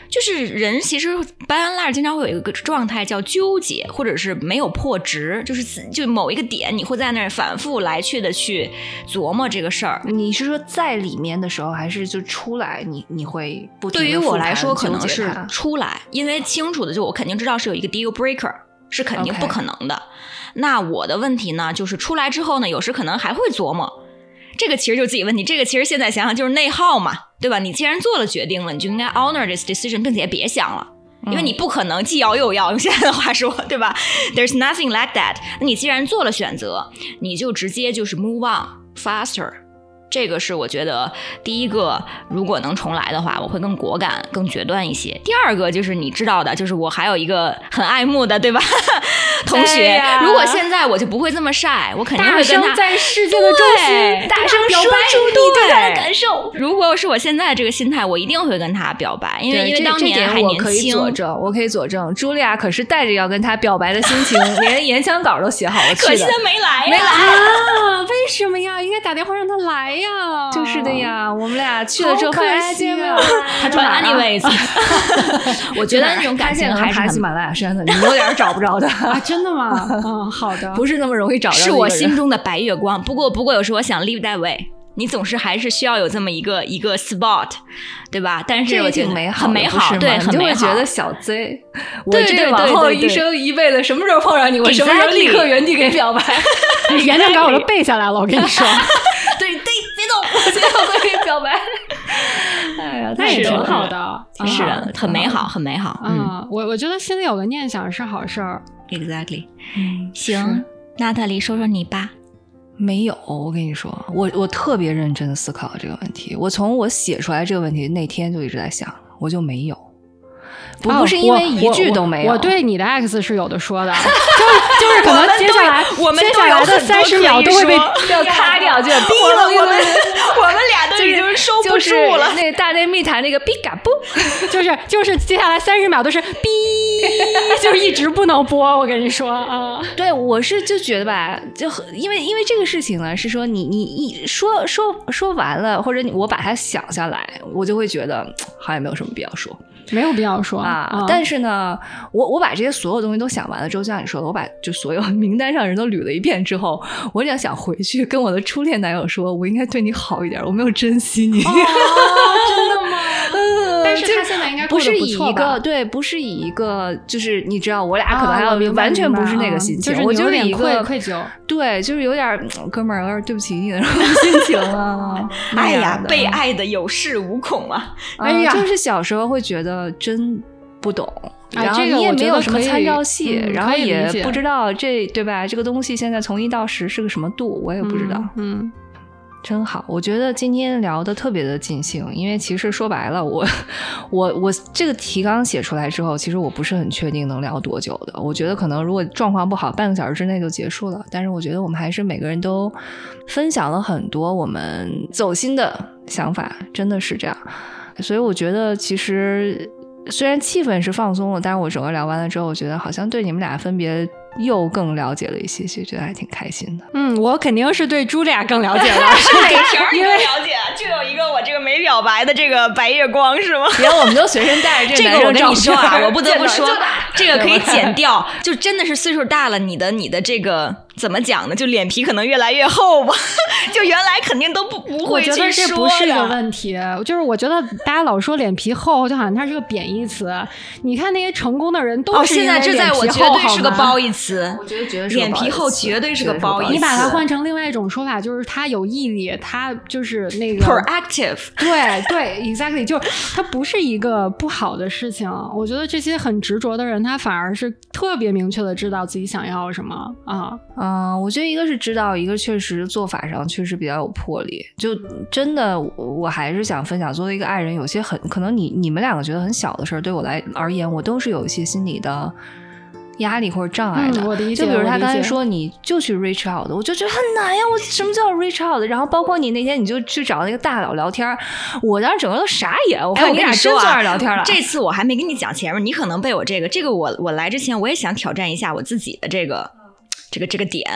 [SPEAKER 3] 就是人其实 by and large 经常会有一个状态叫纠结，或者是没有破值，就是就某一个点你会在那儿反复来去的去琢磨这个事儿。
[SPEAKER 1] 你是说在里面的时候，还是就出来你你会不停地
[SPEAKER 3] 对于我来说可能是
[SPEAKER 1] 纠结它
[SPEAKER 3] 出来，因为清楚的就我肯定知道是有一个 deal breaker， 是肯定不可能的。Okay. 那我的问题呢，就是出来之后呢，有时可能还会琢磨。这个其实就是自己问题，这个其实现在想想就是内耗嘛，对吧？你既然做了决定了，你就应该 honor this decision， 并且别想了，因为你不可能既要又要，用现在的话说，对吧 ？There's nothing like that。那你既然做了选择，你就直接就是 move on faster。这个是我觉得第一个，如果能重来的话，我会更果敢、更决断一些。第二个就是你知道的，就是我还有一个很爱慕的，对吧？同学、哎，如果现在我就不会这么晒，我肯定会跟他
[SPEAKER 2] 在世界的中心
[SPEAKER 1] 大声表白你对他的感受。
[SPEAKER 3] 如果是我现在这个心态，我一定会跟他表白，因为因为当年还年轻。
[SPEAKER 1] 我可以佐证，我可以佐证，茱莉亚可是带着要跟他表白的心情，连演讲稿都写好了去的。
[SPEAKER 3] 可惜他没来呀，
[SPEAKER 1] 没来
[SPEAKER 2] 啊！为什么呀？应该打电话让他来呀。
[SPEAKER 1] 就是的呀，我们俩去了之后，
[SPEAKER 2] 可惜啊。
[SPEAKER 3] 他说 anyways， 我觉得那种感情还是
[SPEAKER 1] 爬喜马拉雅山的，你有点找不着的
[SPEAKER 2] 啊。真的吗？嗯，好的，
[SPEAKER 1] 不是那么容易找到，
[SPEAKER 3] 是我心中的白月光。不过，不过有时候我想 leave that way， 你总是还是需要有这么一个一个 spot， 对吧？但是我觉得
[SPEAKER 1] 美好，
[SPEAKER 3] 很美好，对，很美好。
[SPEAKER 1] 你就会觉得小 Z， 我这往后一生一辈子，什么时候碰上你，我什么时候立刻原地给表白。
[SPEAKER 2] 演讲稿我都背下来了，我跟你说。
[SPEAKER 1] 对对，别动，我现在要给你表白。哎呀，
[SPEAKER 2] 那也挺好的，
[SPEAKER 3] 是的，很美好，很美好。
[SPEAKER 2] 嗯，我我觉得心里有个念想是好事儿。
[SPEAKER 3] Exactly。嗯，行，娜塔莉，说说你吧。
[SPEAKER 1] 没有，我跟你说，我我特别认真的思考这个问题。我从我写出来这个问题那天就一直在想，我就没有。不不是因为一句都没有，
[SPEAKER 2] 我, 我, 我对你的 X 是有的说的，就是就是可能接下来
[SPEAKER 3] 我们
[SPEAKER 2] 接下来的三十秒都会被
[SPEAKER 1] 要卡掉，就逼
[SPEAKER 3] 了我们我们俩都已经收不住了。
[SPEAKER 1] 就是、那个大内密谈那个逼嘎布，
[SPEAKER 2] 就是就是接下来三十秒都是逼，就一直不能播。我跟你说啊，
[SPEAKER 1] 对，我是就觉得吧，就因为因为这个事情呢，是说你你一说说说完了，或者你我把它想下来，我就会觉得好像没有什么必要说。
[SPEAKER 2] 没有必要说
[SPEAKER 1] 啊、嗯，但是呢，我我把这些所有东西都想完了之后，就像你说的，我把就所有名单上人都捋了一遍之后，我想想回去跟我的初恋男友说，我应该对你好一点，我没有珍惜你。
[SPEAKER 2] 哦，真的吗？
[SPEAKER 1] 嗯，
[SPEAKER 2] 但是他现在应该过得不错吧？
[SPEAKER 1] 不是以一个对，不是以一个就是你知道，我俩可能还要、哦、完全不是那个心情，
[SPEAKER 2] 就是
[SPEAKER 1] 我就是一个
[SPEAKER 2] 愧疚，
[SPEAKER 1] 对，就是有点哥们儿有点对不起你的那种心情啊。
[SPEAKER 3] 哎呀，被爱的有恃无恐啊！
[SPEAKER 1] 哎呀，就是小时候会觉得真不懂。然后你也没有什么参照系、
[SPEAKER 2] 嗯、
[SPEAKER 1] 然后也不知道这对吧？这个东西现在从一到十是个什么度，我也不知道。
[SPEAKER 2] 嗯，嗯
[SPEAKER 1] 真好，我觉得今天聊的特别的尽兴，因为其实说白了，我我我这个提纲写出来之后，其实我不是很确定能聊多久的。我觉得可能如果状况不好，半个小时之内就结束了。但是我觉得我们还是每个人都分享了很多我们走心的想法，真的是这样。所以我觉得其实虽然气氛是放松了，但是我整个聊完了之后，我觉得好像对你们俩分别又更了解了一些些，觉得还挺开心的。
[SPEAKER 2] 嗯，我肯定是对茱莉亚更了解了。
[SPEAKER 3] 是哪条你更了解？就有一个我这个没表白的这个白月光是吗？
[SPEAKER 1] 然后我们都随身带着
[SPEAKER 3] 这个，我跟你说啊，我不得不说，这个可以剪掉。就真的是岁数大了，你的你的这个怎么讲呢？就脸皮可能越来越厚吧。就原来肯定都不不会去说的。
[SPEAKER 2] 我觉得这不是一个问题，就是我觉得大家老说脸皮厚，就好像它是个贬义词。你看那些成功的人都是因为脸皮厚，
[SPEAKER 3] 哦、现在这在我绝对是个褒义词。
[SPEAKER 1] 我觉得绝对是
[SPEAKER 3] 脸皮厚，绝对是个褒义词。
[SPEAKER 2] 你把它换成另外一种说法，就是他有毅力，他就是那个
[SPEAKER 3] proactive。
[SPEAKER 2] 对对 ，exactly， 就是它不是一个不好的事情。我觉得这些很执着的人，他反而是特别明确的知道自己想要什么啊。
[SPEAKER 1] 嗯、呃，我觉得一个是知道，一个确实做法上确实比较有魄力。就真的，我还是想分享，作为一个爱人，有些很可能你你们两个觉得很小的事儿，对我来而言，我都是有一些心理的压力或者障碍的、
[SPEAKER 2] 嗯、我理解。
[SPEAKER 1] 就比如他刚才说你就去 reach out 的，我就觉得很难呀。我什么叫 reach out 的？然后包括你那天你就去找那个大佬聊天，我当时整个都傻眼。我看你俩真坐那聊天了、
[SPEAKER 3] 哎。这次我还没跟你讲前面，你可能被我这个这个我我来之前我也想挑战一下我自己的这个这个这个点。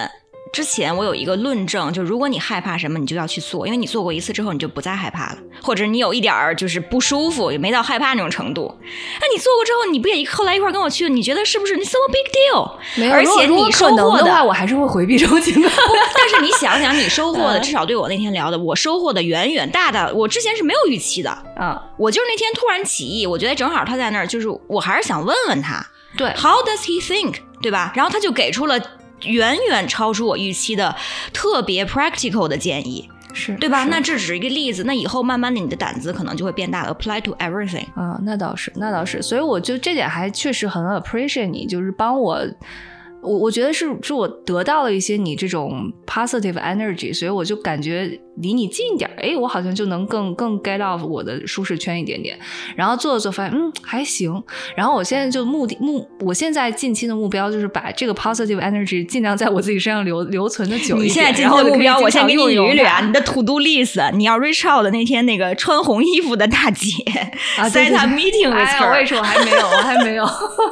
[SPEAKER 3] 之前我有一个论证，就如果你害怕什么，你就要去做，因为你做过一次之后，你就不再害怕了，或者你有一点儿就是不舒服，也没到害怕那种程度。那你做过之后，你不也后来一块跟我去，你觉得是不是？你 so big deal？
[SPEAKER 1] 没有，
[SPEAKER 3] 而且你收获
[SPEAKER 1] 的, 的话，我还是会回避这种情况。
[SPEAKER 3] 但是你想想，你收获的，至少对我那天聊的，我收获的远远大大，我之前是没有预期的
[SPEAKER 1] 啊。
[SPEAKER 3] 我就是那天突然起意，我觉得正好他在那儿，就是我还是想问问他，
[SPEAKER 1] 对
[SPEAKER 3] ，How does he think？ 对吧？然后他就给出了远远超出我预期的特别 practical 的建议，
[SPEAKER 1] 是
[SPEAKER 3] 对吧？那这只是一个例子，那以后慢慢的你的胆子可能就会变大 ，apply to everything。
[SPEAKER 1] 啊，那倒是，那倒是，所以我就这点还确实很 appreciate 你，就是帮我。我我觉得是是我得到了一些你这种 positive energy， 所以我就感觉离你近一点，哎，我好像就能更更 get off 我的舒适圈一点点。然后做着做发现，嗯，还行。然后我现在就目的目，我现在近期的目标就是把这个 positive energy 尽量在我自己身上留留存的久一点。
[SPEAKER 3] 你现在近期的目标，我先给你捋一捋啊，你的 to do list， 你要 reach out 的那天那个穿红衣服的大姐，
[SPEAKER 1] 啊、
[SPEAKER 3] set up meeting with her。
[SPEAKER 1] 哎，我也说我还没有，我还没有。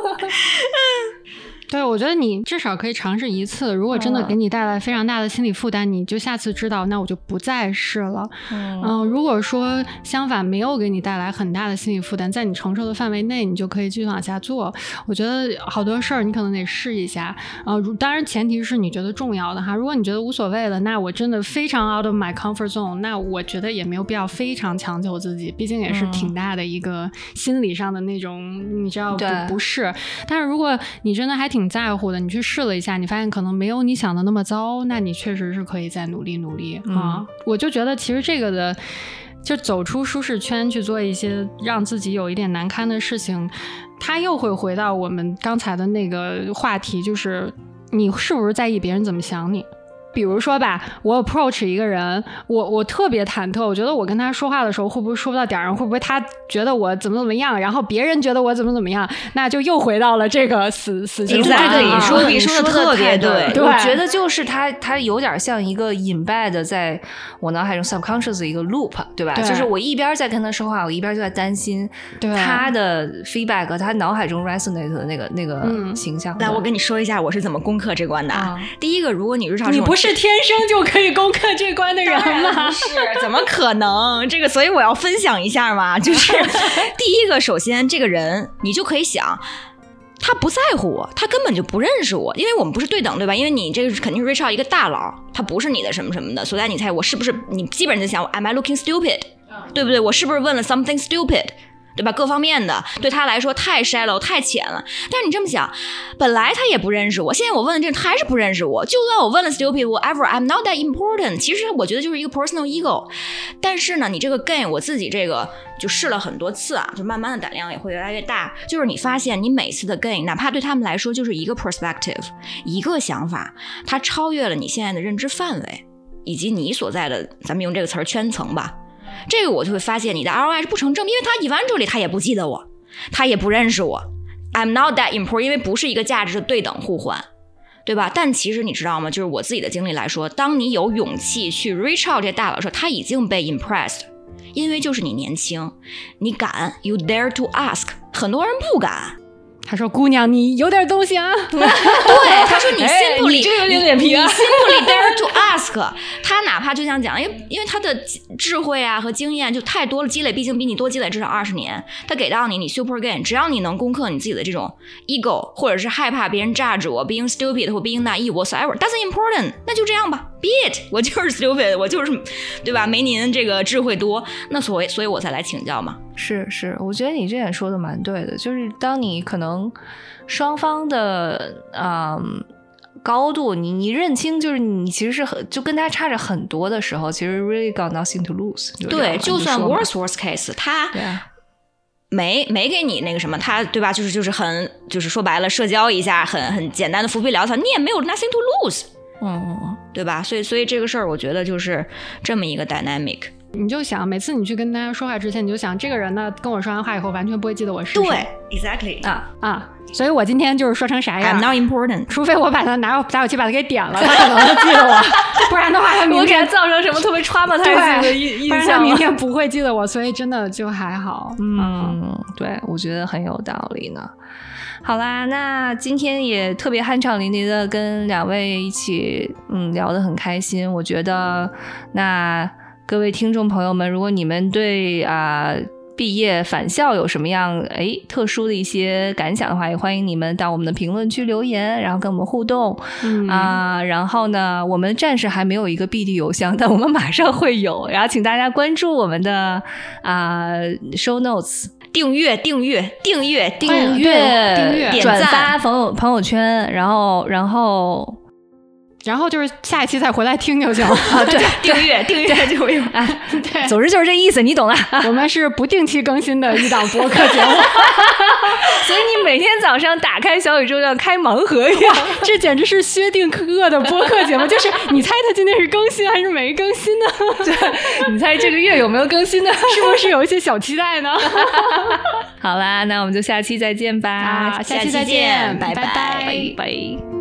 [SPEAKER 2] 对，我觉得你至少可以尝试一次，如果真的给你带来非常大的心理负担，你就下次知道，那我就不再试了。嗯、呃，如果说相反没有给你带来很大的心理负担，在你承受的范围内，你就可以继续往下做。我觉得好多事儿你可能得试一下，呃，当然前提是你觉得重要的哈。如果你觉得无所谓了，那我真的非常 out of my comfort zone， 那我觉得也没有必要非常强求自己，毕竟也是挺大的一个心理上的那种，嗯、你知道不不适。但是如果你真的还挺挺在乎的，你去试了一下，你发现可能没有你想的那么糟，那你确实是可以再努力努力、嗯、啊！我就觉得其实这个的就走出舒适圈去做一些让自己有一点难堪的事情，它又会回到我们刚才的那个话题，就是你是不是在意别人怎么想你。比如说吧，我 approach 一个人，我我特别忐忑，我觉得我跟他说话的时候会不会说不到点儿上，会不会他觉得我怎么怎么样，然后别人觉得我怎么怎么样，那就又回到了这个死死结
[SPEAKER 3] 对对，你说你说的特别对，
[SPEAKER 1] 对，我觉得就是他他有点像一个 embed 在我脑海中 subconscious 的一个 loop， 对吧？
[SPEAKER 2] 对，
[SPEAKER 1] 就是我一边在跟他说话，我一边就在担心他的 feedback， 他脑海中 resonate 的那个那个形象。
[SPEAKER 3] 那、嗯、我跟你说一下我是怎么攻克这关的啊。第一个，如果你日常
[SPEAKER 2] 你不是天生就可以攻克这关的人吗？
[SPEAKER 3] 是，怎么可能？这个，所以我要分享一下嘛。就是第一个，首先这个人，你就可以想，他不在乎我，他根本就不认识我，因为我们不是对等，对吧？因为你这个肯定是 reach out 一个大佬，他不是你的什么什么的，所以你猜我是不是？你基本上就想 ，Am I looking stupid？ 对不对？我是不是问了 something stupid？对吧？各方面的对他来说太 shallow 太浅了。但是你这么想，本来他也不认识我，现在我问的这个他还是不认识我。就算我问了 stupid whatever I'm not that important， 其实我觉得就是一个 personal ego。但是呢，你这个 gain 我自己这个就试了很多次啊，就慢慢的胆量也会越来越大。就是你发现你每次的 gain， 哪怕对他们来说就是一个 perspective， 一个想法，它超越了你现在的认知范围，以及你所在的，咱们用这个词儿圈层吧。这个我就会发现你的 R O I 是不成正比，因为他 eventually 他也不记得我，他也不认识我 I'm not that important， 因为不是一个价值的对等互换，对吧？但其实你知道吗，就是我自己的经历来说，当你有勇气去 reach out 这大佬的时候，他已经被 impressed， 因为就是你年轻，你敢 you dare to ask， 很多人不敢。
[SPEAKER 2] 他说：“姑娘，你有点东西啊。”
[SPEAKER 3] 对，他说：“你 simply，、哎、
[SPEAKER 1] 你这有点脸皮啊。”
[SPEAKER 3] 你 simply dare to ask， 他哪怕就像讲，因为因为他的智慧啊和经验就太多了，积累毕竟比你多积累至少二十年。他给到你，你 super gain， 只要你能攻克你自己的这种 ego， 或者是害怕别人 judge 我 being stupid 或 being naive whatsoever doesn't important， 那就这样吧 ，be it， 我就是 stupid， 我就是对吧？没您这个智慧多，那所以所以我才来请教嘛。
[SPEAKER 1] 是是，我觉得你这点说的蛮对的，就是当你可能双方的嗯高度，你你认清，就是你其实是很就跟他差着很多的时候，其实 really got nothing to lose。
[SPEAKER 3] 对，就算 worst worst case， 他没没给你那个什么，他对吧？就是就是很就是说白了，社交一下，很很简单的浮皮潦草，你也没有 nothing to lose。
[SPEAKER 1] 嗯嗯嗯，
[SPEAKER 3] 对吧？所以所以这个事儿，我觉得就是这么一个 dynamic。
[SPEAKER 2] 你就想每次你去跟他说话之前，你就想这个人呢跟我说完话以后完全不会记得我是谁。
[SPEAKER 3] 对 exactly
[SPEAKER 2] 啊啊，所以我今天就是说成啥样
[SPEAKER 3] I'm not important，
[SPEAKER 2] 除非我把他拿打火机把他给点了，他可能就记得我不然的话他明天
[SPEAKER 1] 我给他造成什么特别 traumatizing 的印印象，
[SPEAKER 2] 不然他明天不会记得我，所以真的就还好。
[SPEAKER 1] 嗯，对，我觉得很有道理呢。好啦，那今天也特别酣畅淋漓的跟两位一起嗯聊得很开心。我觉得那各位听众朋友们，如果你们对啊、呃、毕业返校有什么样诶特殊的一些感想的话，也欢迎你们到我们的评论区留言，然后跟我们互动啊、
[SPEAKER 2] 嗯
[SPEAKER 1] 呃。然后呢，我们暂时还没有一个 B D 邮箱，但我们马上会有。然后请大家关注我们的啊、呃、show notes。
[SPEAKER 3] 订阅订阅订阅
[SPEAKER 1] 订阅
[SPEAKER 2] 订阅
[SPEAKER 1] 转发朋友朋友圈，然后然后
[SPEAKER 2] 然后就是下一期再回来听就行了
[SPEAKER 1] 啊！对，
[SPEAKER 3] 订阅订阅就有
[SPEAKER 1] 啊，
[SPEAKER 2] 对，
[SPEAKER 1] 总之就是这意思，你懂了。
[SPEAKER 2] 我们是不定期更新的一档播客节目，
[SPEAKER 1] 所以你每天早上打开小宇宙像开盲盒一样，
[SPEAKER 2] 这简直是薛定谔的播客节目。就是你猜它今天是更新还是没更新呢？
[SPEAKER 1] 对，你猜这个月有没有更新呢？
[SPEAKER 2] 是不是有一些小期待呢？
[SPEAKER 1] 好啦，那我们就下期再见吧。
[SPEAKER 2] 啊，下期再见，
[SPEAKER 3] 拜拜
[SPEAKER 1] 拜拜。